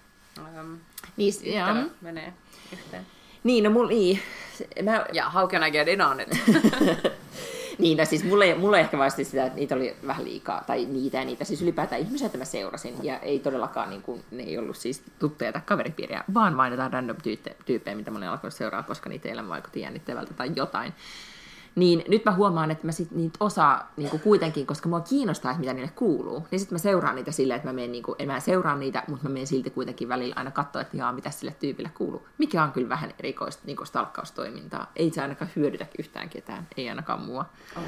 menee yhteen. Niin, no mulla... Ja how can I get in on it? Niin, no siis mulle ehkä vaisti sitä, että niitä oli vähän liikaa, tai niitä, siis ylipäätään ihmisiä, että mä seurasin, ja ei todellakaan, niin kuin, ne ei ollut siis tuttuja tai kaveripiiriä, vaan vain jotain random tyyppejä, mitä mä olen alkanut seuraa, koska niitä elämä vaikutti jännittävältä tai jotain. Niin nyt mä huomaan, että mä sit niitä osaa niin kuin kuitenkin, koska mua kiinnostaa, että mitä niille kuuluu, niin sitten mä seuraan niitä silleen, että mä menen, niin kuin, en mä seuraa niitä, mutta mä menen silti kuitenkin välillä aina katsoa, että mitä sille tyypille kuuluu, mikä on kyllä vähän erikoista niin kuin stalkkaustoimintaa. Ei se ainakaan hyödytä yhtään ketään, ei ainakaan mua.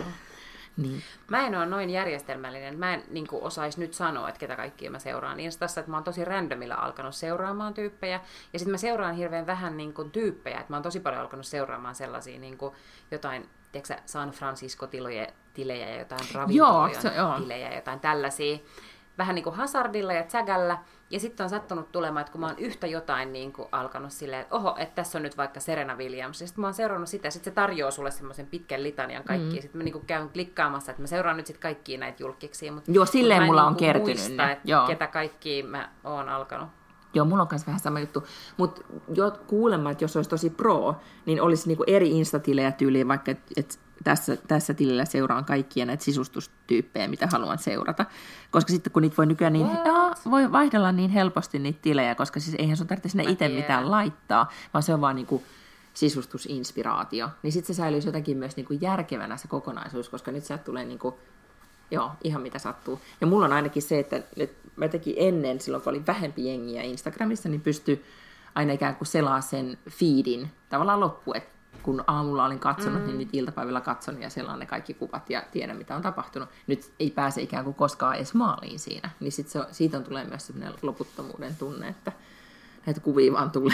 Niin. Mä en ole noin järjestelmällinen. Mä en niin kuin osaisi nyt sanoa, että ketä kaikkia mä seuraan Instassa. Että mä oon tosi randomilla alkanut seuraamaan tyyppejä. Ja sitten mä seuraan hirveän vähän niin kuin tyyppejä. Että mä oon tosi paljon alkanut seuraamaan sellaisia niin kuin jotain, tiedätkö San Francisco-tilejä ja jotain ravintolojen tilejä ja jotain tällaisia. Vähän niin kuin hazardilla ja tsägällä. Ja sitten on sattunut tulemaan, että kun mä oon yhtä jotain niin kuin alkanut silleen, että oho, että tässä on nyt vaikka Serena Williams. Ja sitten mä oon seurannut sitä, sitten se tarjoaa sulle semmoisen pitkän litanian kaikkia. Sitten mä niin kuin käyn klikkaamassa, että mä seuraan nyt sitten kaikkia näitä julkkiksia. Joo, silleen mulla on kertynyt. Muista, että ketä kaikkia mä oon alkanut. Joo, mulla on myös vähän sama juttu. Mutta kuulemma, että jos olisi tosi pro, niin olisi niinku eri instatilejä tyyliin, vaikka että tässä tilillä seuraan kaikkia näitä sisustustyyppejä, mitä haluan seurata. Koska sitten kun niitä voi nykyään voi vaihdella niin helposti niitä tilejä, koska siis eihän sun tarvitse sinne itse mitään laittaa, vaan se on vaan niinku sisustusinspiraatio. Niin sitten se säilyisi jotenkin myös niinku järkevänä se kokonaisuus, koska nyt sieltä tulee niinku, ihan mitä sattuu. Ja mulla on ainakin se, että mä tekin ennen, silloin kun oli vähempi jengiä Instagramissa, niin pystyi aina ikään kuin selaa sen feedin tavallaan loppuun, että kun aamulla olin katsonut, niin nyt iltapäivällä katson ja selaan ne kaikki kuvat ja tiedän, mitä on tapahtunut. Nyt ei pääse ikään kuin koskaan edes maaliin siinä. Niin sit siitä tulee myös sellainen loputtomuuden tunne, että näitä kuvia vaan tulee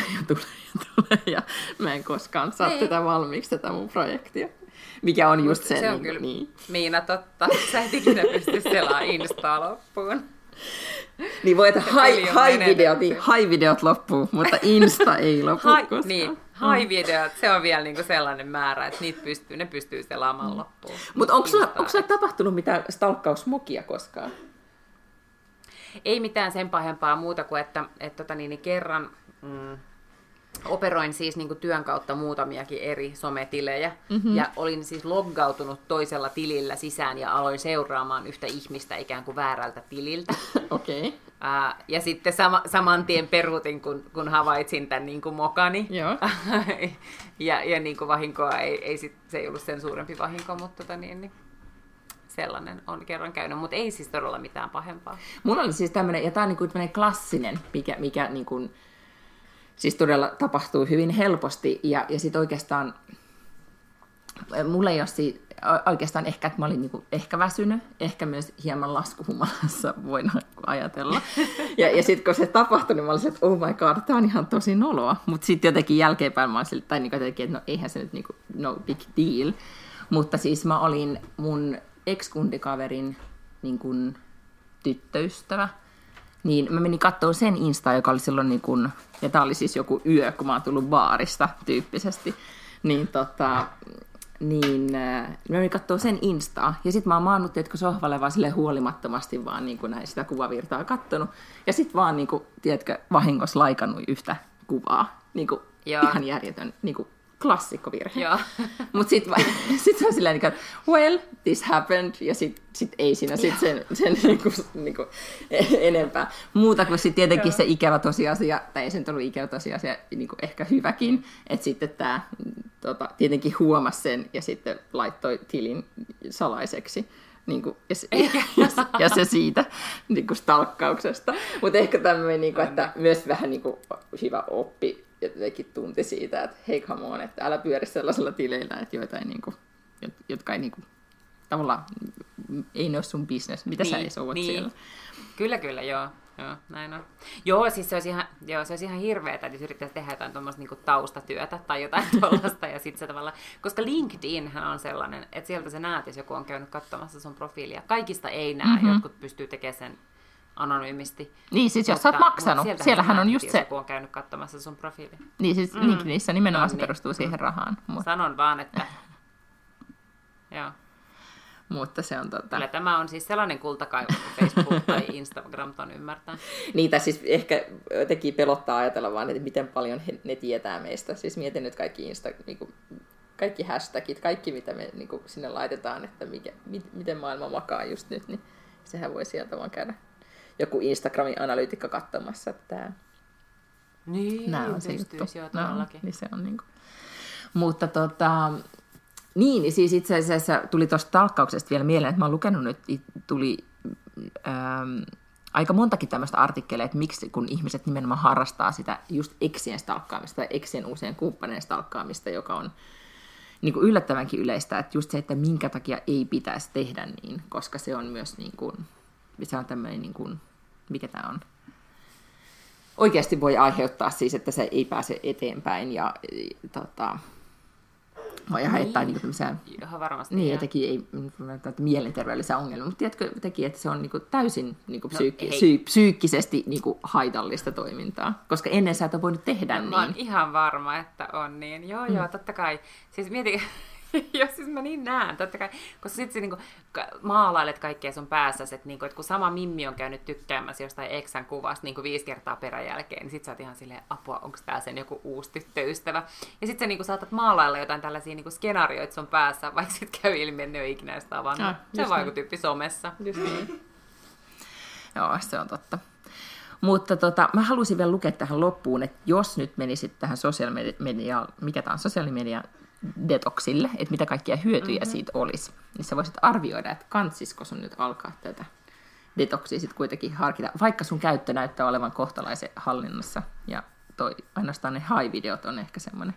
ja mä en koskaan saa tätä valmiiksi, tätä mun projektia. Mikä on just se on kyllä, Miina, totta. Sä et ikinä pysty selaamaan Instaa loppuun. Niin voi, että high-videot loppuu, mutta Insta ei lopu koskaan. Niin, high-videot, se on vielä niinku sellainen määrä, että ne pystyy selaamaan loppuun. Mutta onko sulla tapahtunut mitään stalkkausmokia koskaan? Ei mitään sen pahempaa muuta kuin, että kerran operoin siis niin kuin työn kautta muutamiakin eri sometilejä, ja olin siis loggautunut toisella tilillä sisään ja aloin seuraamaan yhtä ihmistä ikään kuin väärältä tililtä. Okay. Ja sitten saman tien peruutin, kun havaitsin tämän niin kuin mokani. Joo. ja niin kuin vahinkoa, se ei ollut sen suurempi vahinko, mutta niin sellainen on kerran käynyt, mutta ei siis todella mitään pahempaa. Mulla oli siis tämmöinen, ja tämä on niin kuin tämmöinen klassinen, mikä niin kuin siis todella tapahtuu hyvin helposti, ja sitten oikeastaan, mulla ei ole oikeastaan ehkä, että mä olin niinku ehkä väsynyt, ehkä myös hieman laskuhumalassa, voidaan ajatella. Ja sitten kun se tapahtui, niin mä olin, että oh my god, tää on ihan tosi noloa. Mutta sitten jotenkin jälkeenpäin mä olin, tai niinku jotenkin, että no eihän se nyt niinku, no big deal. Mutta siis mä olin mun ex-kundikaverin niinku tyttöystävä. Niin mä menin katsomaan sen Instaa, joka oli silloin, niin kun, ja tää oli siis joku yö, kun mä oon tullut baarista tyyppisesti. Niin mä menin kattoo sen Instaa, ja sit mä oon maannut, tiedätkö, sohvalle vaan silleen huolimattomasti vaan niin kuin näin sitä kuvavirtaa kattonut, ja sit vaan, niin kuin, tiedätkö, vahingossa laikannut yhtä kuvaa, niin kuin, ihan järjetön, niin kuin klassikkovirhe. Mutta sit se on silleen, että well, this happened, ja sit ei siinä sit sen niinku enempää. Muuta kuin sit tietenkin se ikävä tosiasia, tai ei se nyt ollut ikävä tosiasia, niinku ehkä hyväkin, että sitten tämä tietenkin huomasi sen, ja sitten laittoi tilin salaiseksi. Niinku, ja se siitä niinku stalkkauksesta. Mutta ehkä tämmöinen, niinku, että myös vähän niinku, hyvä oppi, jotenkin tunti siitä, että hei, come on, että älä pyöri sellaisella tileillä, että jotka ei niinku, tavallaan ei ne ole sun business, mitä sä edes oot siellä. Kyllä, joo, näin on. Joo, siis se olisi ihan hirveetä, että jos yrittäisi tehdä jotain tuommoista niinku taustatyötä tai jotain tuollaista, ja sitten se tavallaan, koska LinkedInhän on sellainen, että sieltä sä näet, jos joku on käynyt katsomassa sun profiilia. Kaikista ei näe, jotkut pystyy tekemään sen anonyymisti. Niin, siis jos sä oot maksanut, siellähän on just se. Joku on käynyt katsomassa sun profiilia. Niin, siis LinkedInissä nimenomaan se perustuu siihen rahaan. Sanon vaan, että joo. Mutta se on Kyllä tämä on siis sellainen kultakaivo, kun Facebook tai Instagram ton ymmärtää. Niitä siis ehkä jotenkin pelottaa ajatella vaan, että miten paljon ne tietää meistä. Siis mietin nyt kaikki hashtagit, kaikki mitä me sinne laitetaan, että miten maailma makaa just nyt, niin sehän voi sieltä vaan käydä joku Instagramin analyytikko katsomassa, että nämä on se juttu. Niin se on niin kuin. Mutta niin, siis itse asiassa tuli tuosta talkkauksesta vielä mieleen, että mä oon lukenut nyt, tuli aika montakin tämmöistä artikkeleja, että miksi kun ihmiset nimenomaan harrastaa sitä just eksien stalkkaamista tai eksien usein kumppaneen stalkkaamista, joka on niin kuin yllättävänkin yleistä, että just se, että minkä takia ei pitäisi tehdä niin, koska se on myös niin kuin, se on tämmöinen, niin kuin, mikä tämä on, oikeasti voi aiheuttaa siis, että se ei pääse eteenpäin ja voi aiheuttaa niin tämmöisiä, niin jotenkin ei mielenterveydellisiä ongelmia, mutta tiedätkö jotenkin, että se on niin kuin täysin niin kuin psyykkisesti niin kuin haitallista toimintaa, koska ennen sä et ole voinut tehdä niin. Mä oon ihan varma, että on niin. Joo, totta kai. Siis mieti, jos siis mä niin näen, totta kai, koska sit sä niinku maalailet kaikkea sun päässäsi, että niinku, et kun sama Mimmi on käynyt tykkäämässä jostain eksän kuvasta niinku 5 kertaa peräjälkeen, niin sit sä oot ihan silleen, apua, onko tää sen joku uusi tyttöystävä? Ja sit sä niinku saatat maalailla jotain tällaisia niinku skenaarioita sun päässä, vaikka sit käy ilmi, että ne on ikinä edes tavannut. Se on vaan joku tyyppi somessa. Just niin. Joo, se on totta. Mutta mä haluaisin vielä lukea tähän loppuun, että jos nyt menisit tähän sosiaalimedia detoksille, että mitä kaikkia hyötyjä siitä olisi, niin sä voisit arvioida, että kansisko sun nyt alkaa tätä detoksia sitten kuitenkin harkita, vaikka sun käyttö näyttää olevan kohtalaisen hallinnassa, ja ainoastaan ne high-videot on ehkä semmoinen,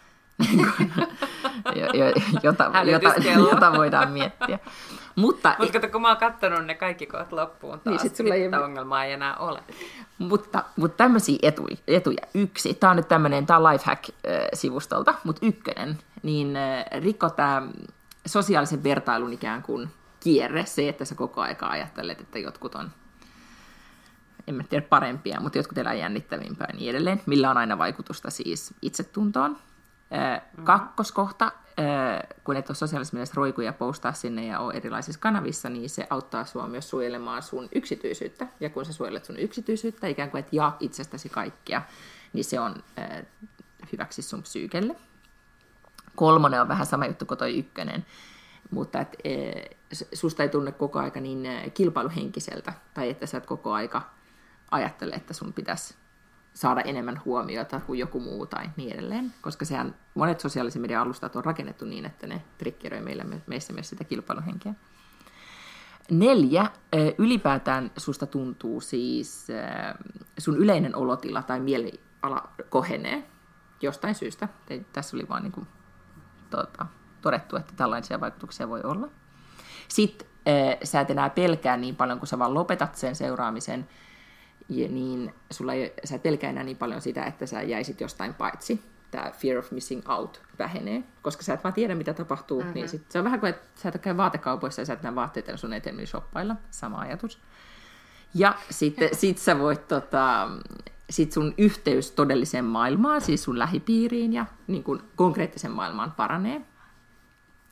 jota voidaan miettiä. Mutta kun mä oon katsonut ne kaikki kohta loppuun taas, niin sitä ongelmaa ei enää ole. Mutta tämmöisiä etuja. Yksi, tämä on nyt tämmöinen, tämä on Lifehack-sivustolta, mutta ykkönen, niin rikko tämä sosiaalisen vertailun ikään kuin kierre, se, että sä koko aika ajattelet, että jotkut on, en mä tiedä parempia, mutta jotkut elää jännittävimpää ja niin edelleen, millä on aina vaikutusta siis itsetuntoon. Kakkoskohta, kun et ole sosiaalisessa mielessä roikuja postaa sinne ja ole erilaisissa kanavissa, niin se auttaa sua myös suojelemaan sun yksityisyyttä. Ja kun sä suojelet sun yksityisyyttä, ikään kuin et jaa itsestäsi kaikkea, niin se on hyväksi sun psyykelle. Kolmonen on vähän sama juttu kuin toi ykkönen, mutta susta ei tunne koko aika niin kilpailuhenkiseltä, tai että sä et koko aika ajattele, että sun pitäisi saada enemmän huomiota kuin joku muu tai niin edelleen, koska sehän monet sosiaalisen median alustat on rakennettu niin, että ne triggeröi meissä myös sitä kilpailuhenkeä. 4. Ylipäätään susta tuntuu siis, sun yleinen olotila tai mieliala kohenee jostain syystä. Tässä oli vaan niin kuin, todettu, että tällaisia vaikutuksia voi olla. Sitten sä et enää pelkää niin paljon, kun sä vaan lopetat sen seuraamisen, niin sä et pelkää enää niin paljon sitä, että sä jäisit jostain paitsi. Tämä fear of missing out vähenee, koska sä et vaan tiedä, mitä tapahtuu. Niin se on vähän kuin, että sä et käy vaatekaupoissa ja sä et näe vaatteita sun eteen shoppailla. Sama ajatus. Ja sitten sä voit, sit sun yhteys todelliseen maailmaan, siis sun lähipiiriin ja niin kuin konkreettisen maailmaan paranee.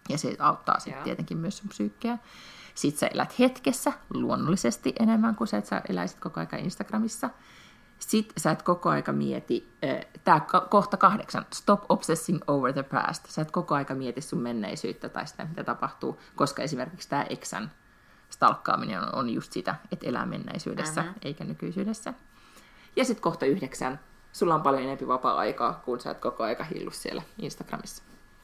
Ja se auttaa sitten tietenkin myös sun psyykkeä. Sitten sä elät hetkessä luonnollisesti enemmän kuin sä, että sä eläisit koko aika Instagramissa. Sitten sä et koko aika mieti, tää kohta 8, stop obsessing over the past. Sä et koko aika mieti sun menneisyyttä tai sitä, mitä tapahtuu, koska esimerkiksi tää eksän stalkkaaminen on just sitä, että elää menneisyydessä eikä nykyisyydessä. Ja sitten kohta 9, sulla on paljon enemmän vapaa-aikaa, kun sä et koko aika hillu siellä Instagramissa.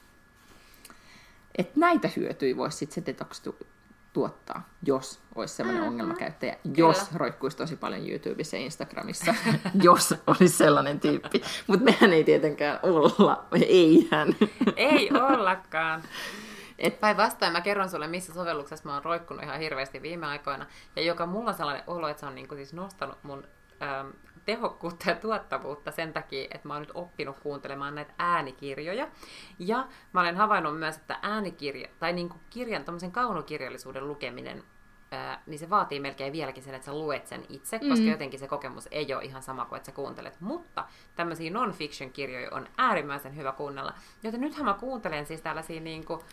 Et näitä hyötyjä voisi sitten se detox tuottaa, jos olisi sellainen ongelmakäyttäjä, jos roikkuisi tosi paljon YouTubessa ja Instagramissa, jos olisi sellainen tyyppi. Mutta mehän ei tietenkään olla, eihän. Ei ollakaan. Päinvastoin mä kerron sulle, missä sovelluksessa mä oon roikkunut ihan hirveästi viime aikoina, ja joka mulla on sellainen olo, että se on niinku siis nostanut mun tehokkuutta ja tuottavuutta sen takia, että mä oon nyt oppinut kuuntelemaan näitä äänikirjoja. Ja mä olen havainnut myös, että äänikirja, tai niinku kirjan, tommosen kaunokirjallisuuden lukeminen, niin se vaatii melkein vieläkin sen, että sä luet sen itse, koska jotenkin se kokemus ei ole ihan sama kuin, että sä kuuntelet. Mutta tämmöisiä non-fiction-kirjoja on äärimmäisen hyvä kuunnella. Joten nythän mä kuuntelen siis tällaisia niinku,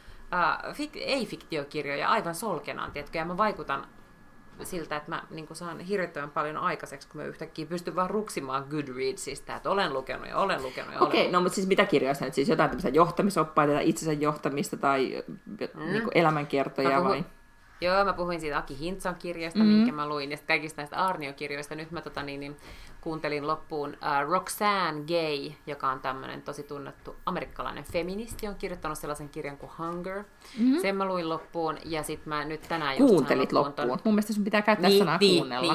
ei-fiktiokirjoja aivan solkenaan, tiedätkö, ja mä vaikutan siltä, että mä niin saan hirvittävän paljon aikaiseksi, kun mä yhtäkkiä pystyn vaan ruksimaan Goodreadsista, että olen lukenut. Okei, no mutta siis mitä kirjoja nyt? Siis jotain tämmöisiä johtamisoppaita tai itsensä johtamista tai niin elämänkertoja vai? Joo, mä puhuin siitä Aki Hintson kirjasta, minkä mä luin, ja sitten kaikista näistä Aarnio-kirjoista. Nyt mä kuuntelin loppuun Roxane Gay, joka on tämmöinen tosi tunnettu amerikkalainen feministi, on kirjoittanut sellaisen kirjan kuin Hunger. Sen mä luin loppuun, ja sitten mä nyt tänään just kuuntelit loppuun. Mun mielestä sun pitää käyttää sanaa kuunnella.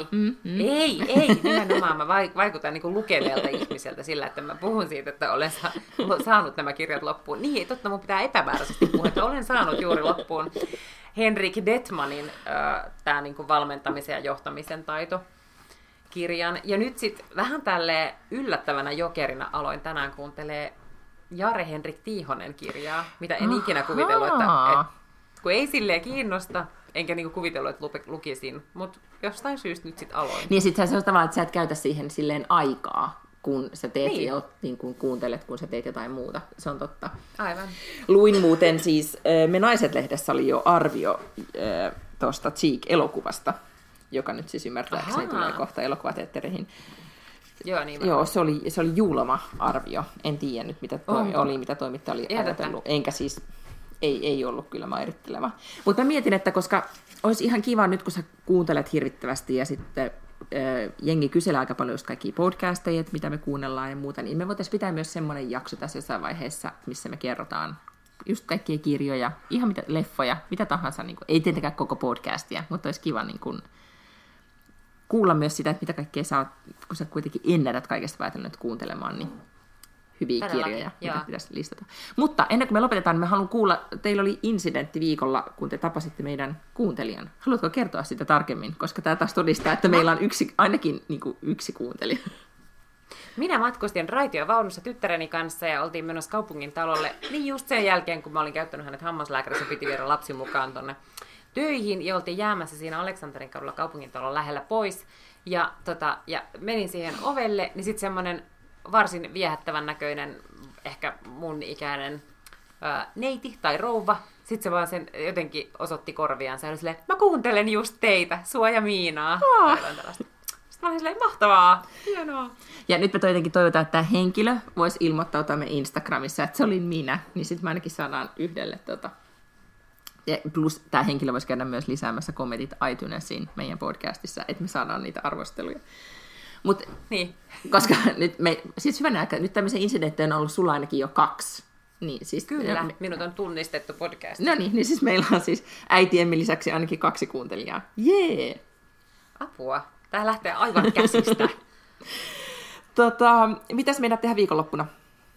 Ei, nimenomaan mä vaikutan niin kuin lukeneelta ihmiseltä sillä, että mä puhun siitä, että olen saanut nämä kirjat loppuun. Niin, totta, mun pitää epämääräisesti puhua, että olen saanut juuri loppuun Henrik Detmanin tämä niinku valmentamisen ja johtamisen taito-kirjan. Ja nyt sitten vähän tälleen yllättävänä jokerina aloin tänään kuuntelee Jare Henrik Tiihonen kirjaa, mitä en ikinä kuvitellut, että kun ei silleen kiinnosta, enkä niinku kuvitellut, että lukisin, mutta jostain syystä nyt sitten aloin. Niin sitten se on tavallaan, että sä et käytä siihen silleen aikaa, kun sä teet niin kun kuuntelet, kun sä teet jotain muuta. Se on totta. Aivan. Luin muuten siis, Me Naiset-lehdessä oli jo arvio tuosta Cheek-elokuvasta, joka nyt siis ymmärtääkseni tulee kohta elokuvateattereihin. Joo, niin Joo, se oli julma arvio. En tiedä nyt, mitä toimittaja oli ajatellut. Enkä siis, ei ollut kyllä mairitteleva. Mutta mä mietin, että koska olisi ihan kiva nyt, kun sä kuuntelet hirvittävästi ja sitten jengi kyselee aika paljon just kaikkia podcasteja, että mitä me kuunnellaan ja muuta, niin me voitaisiin pitää myös semmoinen jakso tässä jossain vaiheessa, missä me kerrotaan just kaikkia kirjoja, ihan mitä leffoja, mitä tahansa, niin kuin, ei tietenkään koko podcastia, mutta olisi kiva niin kuin, kuulla myös sitä, että mitä kaikkea sä oot, kun sä kuitenkin ennätät kaikesta päätellyt kuuntelemaan, niin hyviä kirjoja, mitä pitäisi listata. Mutta ennen kuin me lopetetaan, niin me haluan kuulla, teillä oli incidentti viikolla, kun te tapasitte meidän kuuntelijan. Haluatko kertoa sitä tarkemmin, koska tämä taas todistaa, että meillä on ainakin niin kuin yksi kuuntelija. Minä matkustin raitiovaunussa tyttäreni kanssa ja oltiin menossa kaupungin talolle, niin just sen jälkeen, kun mä olin käyttänyt hänet hammaslääkärissä, piti viedä lapsi mukaan tonne töihin, ja oltiin jäämässä siinä Aleksanterin kadulla kaupungintalon lähellä pois, ja menin siihen ovelle, niin sitten semmoinen varsin viehättävän näköinen, ehkä mun ikäinen neiti tai rouva. Sitten se vaan sen jotenkin osoitti korviaan. Se oli silleen, mä kuuntelen just teitä, sua ja Miinaa. Sitten mä olin silleen, mahtavaa, hienoa. Ja nyt me jotenkin toivotaan, että tämä henkilö voisi ilmoittautua me Instagramissa, että se olin minä. Niin sitten me ainakin saadaan yhdelle Ja plus tämä henkilö voisi käydä myös lisäämässä kommentit iTunesiin meidän podcastissa, että me saadaan niitä arvosteluja. Niin. Koska nyt siis hyvänä aikaa, nyt tämmöisen incidenttejä on ollut sulla ainakin jo 2. Niin, siis, kyllä, minut on tunnistettu podcast. No niin siis meillä on siis äitiemme lisäksi ainakin 2 kuuntelijaa. Jee! Apua, tää lähtee aivan käsistä. Mitäs meidän tehdään viikonloppuna?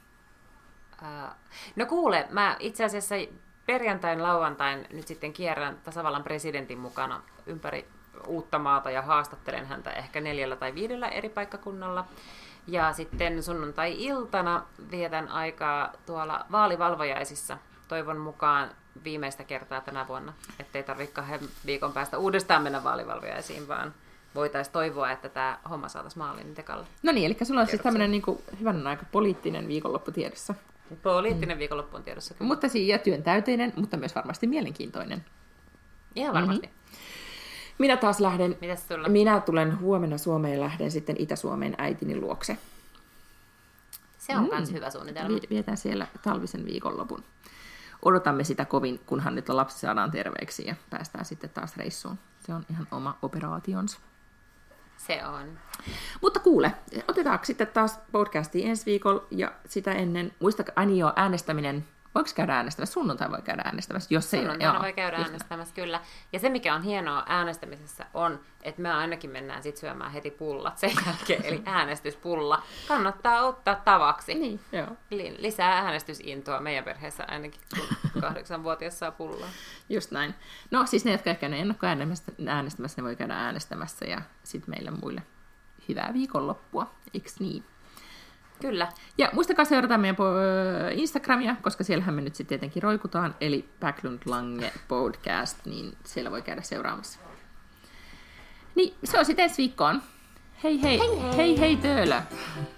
No kuule, mä itse asiassa perjantain, lauantain nyt sitten kierrän tasavallan presidentin mukana ympäri uutta maata ja haastattelen häntä ehkä 4 tai 5 eri paikkakunnalla. Ja sitten sunnuntai-iltana vietän aikaa tuolla vaalivalvojaisissa. Toivon mukaan viimeistä kertaa tänä vuonna, ettei tarvitse 2 viikon päästä uudestaan mennä vaalivalvojaisiin, vaan voitaisiin toivoa, että tämä homma saataisiin maaliin tekalle. No niin, eli sulla on siis tämmöinen niin hyvän aika poliittinen viikonloppu tiedossa. Poliittinen viikonloppu on tiedossa kyllä. Mutta ja työntäyteinen, mutta myös varmasti mielenkiintoinen. Ihan varmasti. Minä taas lähden, Mitäs sulla? minä tulen huomenna Suomeen ja lähden sitten Itä-Suomeen äitini luokse. Se on myös hyvä suunnitelma. Vietään siellä talvisen viikonlopun. Odotamme sitä kovin, kunhan nyt lapsi saadaan terveeksi ja päästään sitten taas reissuun. Se on ihan oma operaationsa. Se on. Mutta kuule, otetaanko sitten taas podcastiin ensi viikolla ja sitä ennen, muistakaa, äänestäminen, voiko käydä äänestämässä? Sunnuntai voi käydä äänestämässä, jos ei ole. Sunnuntaina voi käydä äänestämässä, kyllä. Ja se, mikä on hienoa äänestämisessä, on, että me ainakin mennään sitten syömään heti pullat sen jälkeen, eli äänestyspulla. Kannattaa ottaa tavaksi. Niin, joo. Lisää äänestysintoa meidän perheessä ainakin, kun 8-vuotias saa pullaa. Just näin. No siis ne, jotka ehkä ennakkoäänestämässä, ne voi käydä äänestämässä ja sitten meille muille hyvää viikonloppua, eikö niin? Kyllä. Ja muistakaa seurata meidän Instagramia, koska siellähän me nyt sitten tietenkin roikutaan, eli Backlund Lange Podcast, niin siellä voi käydä seuraamassa. Niin, se on sitten ensi viikkoon. Hei hei! Hei hei, Töölö!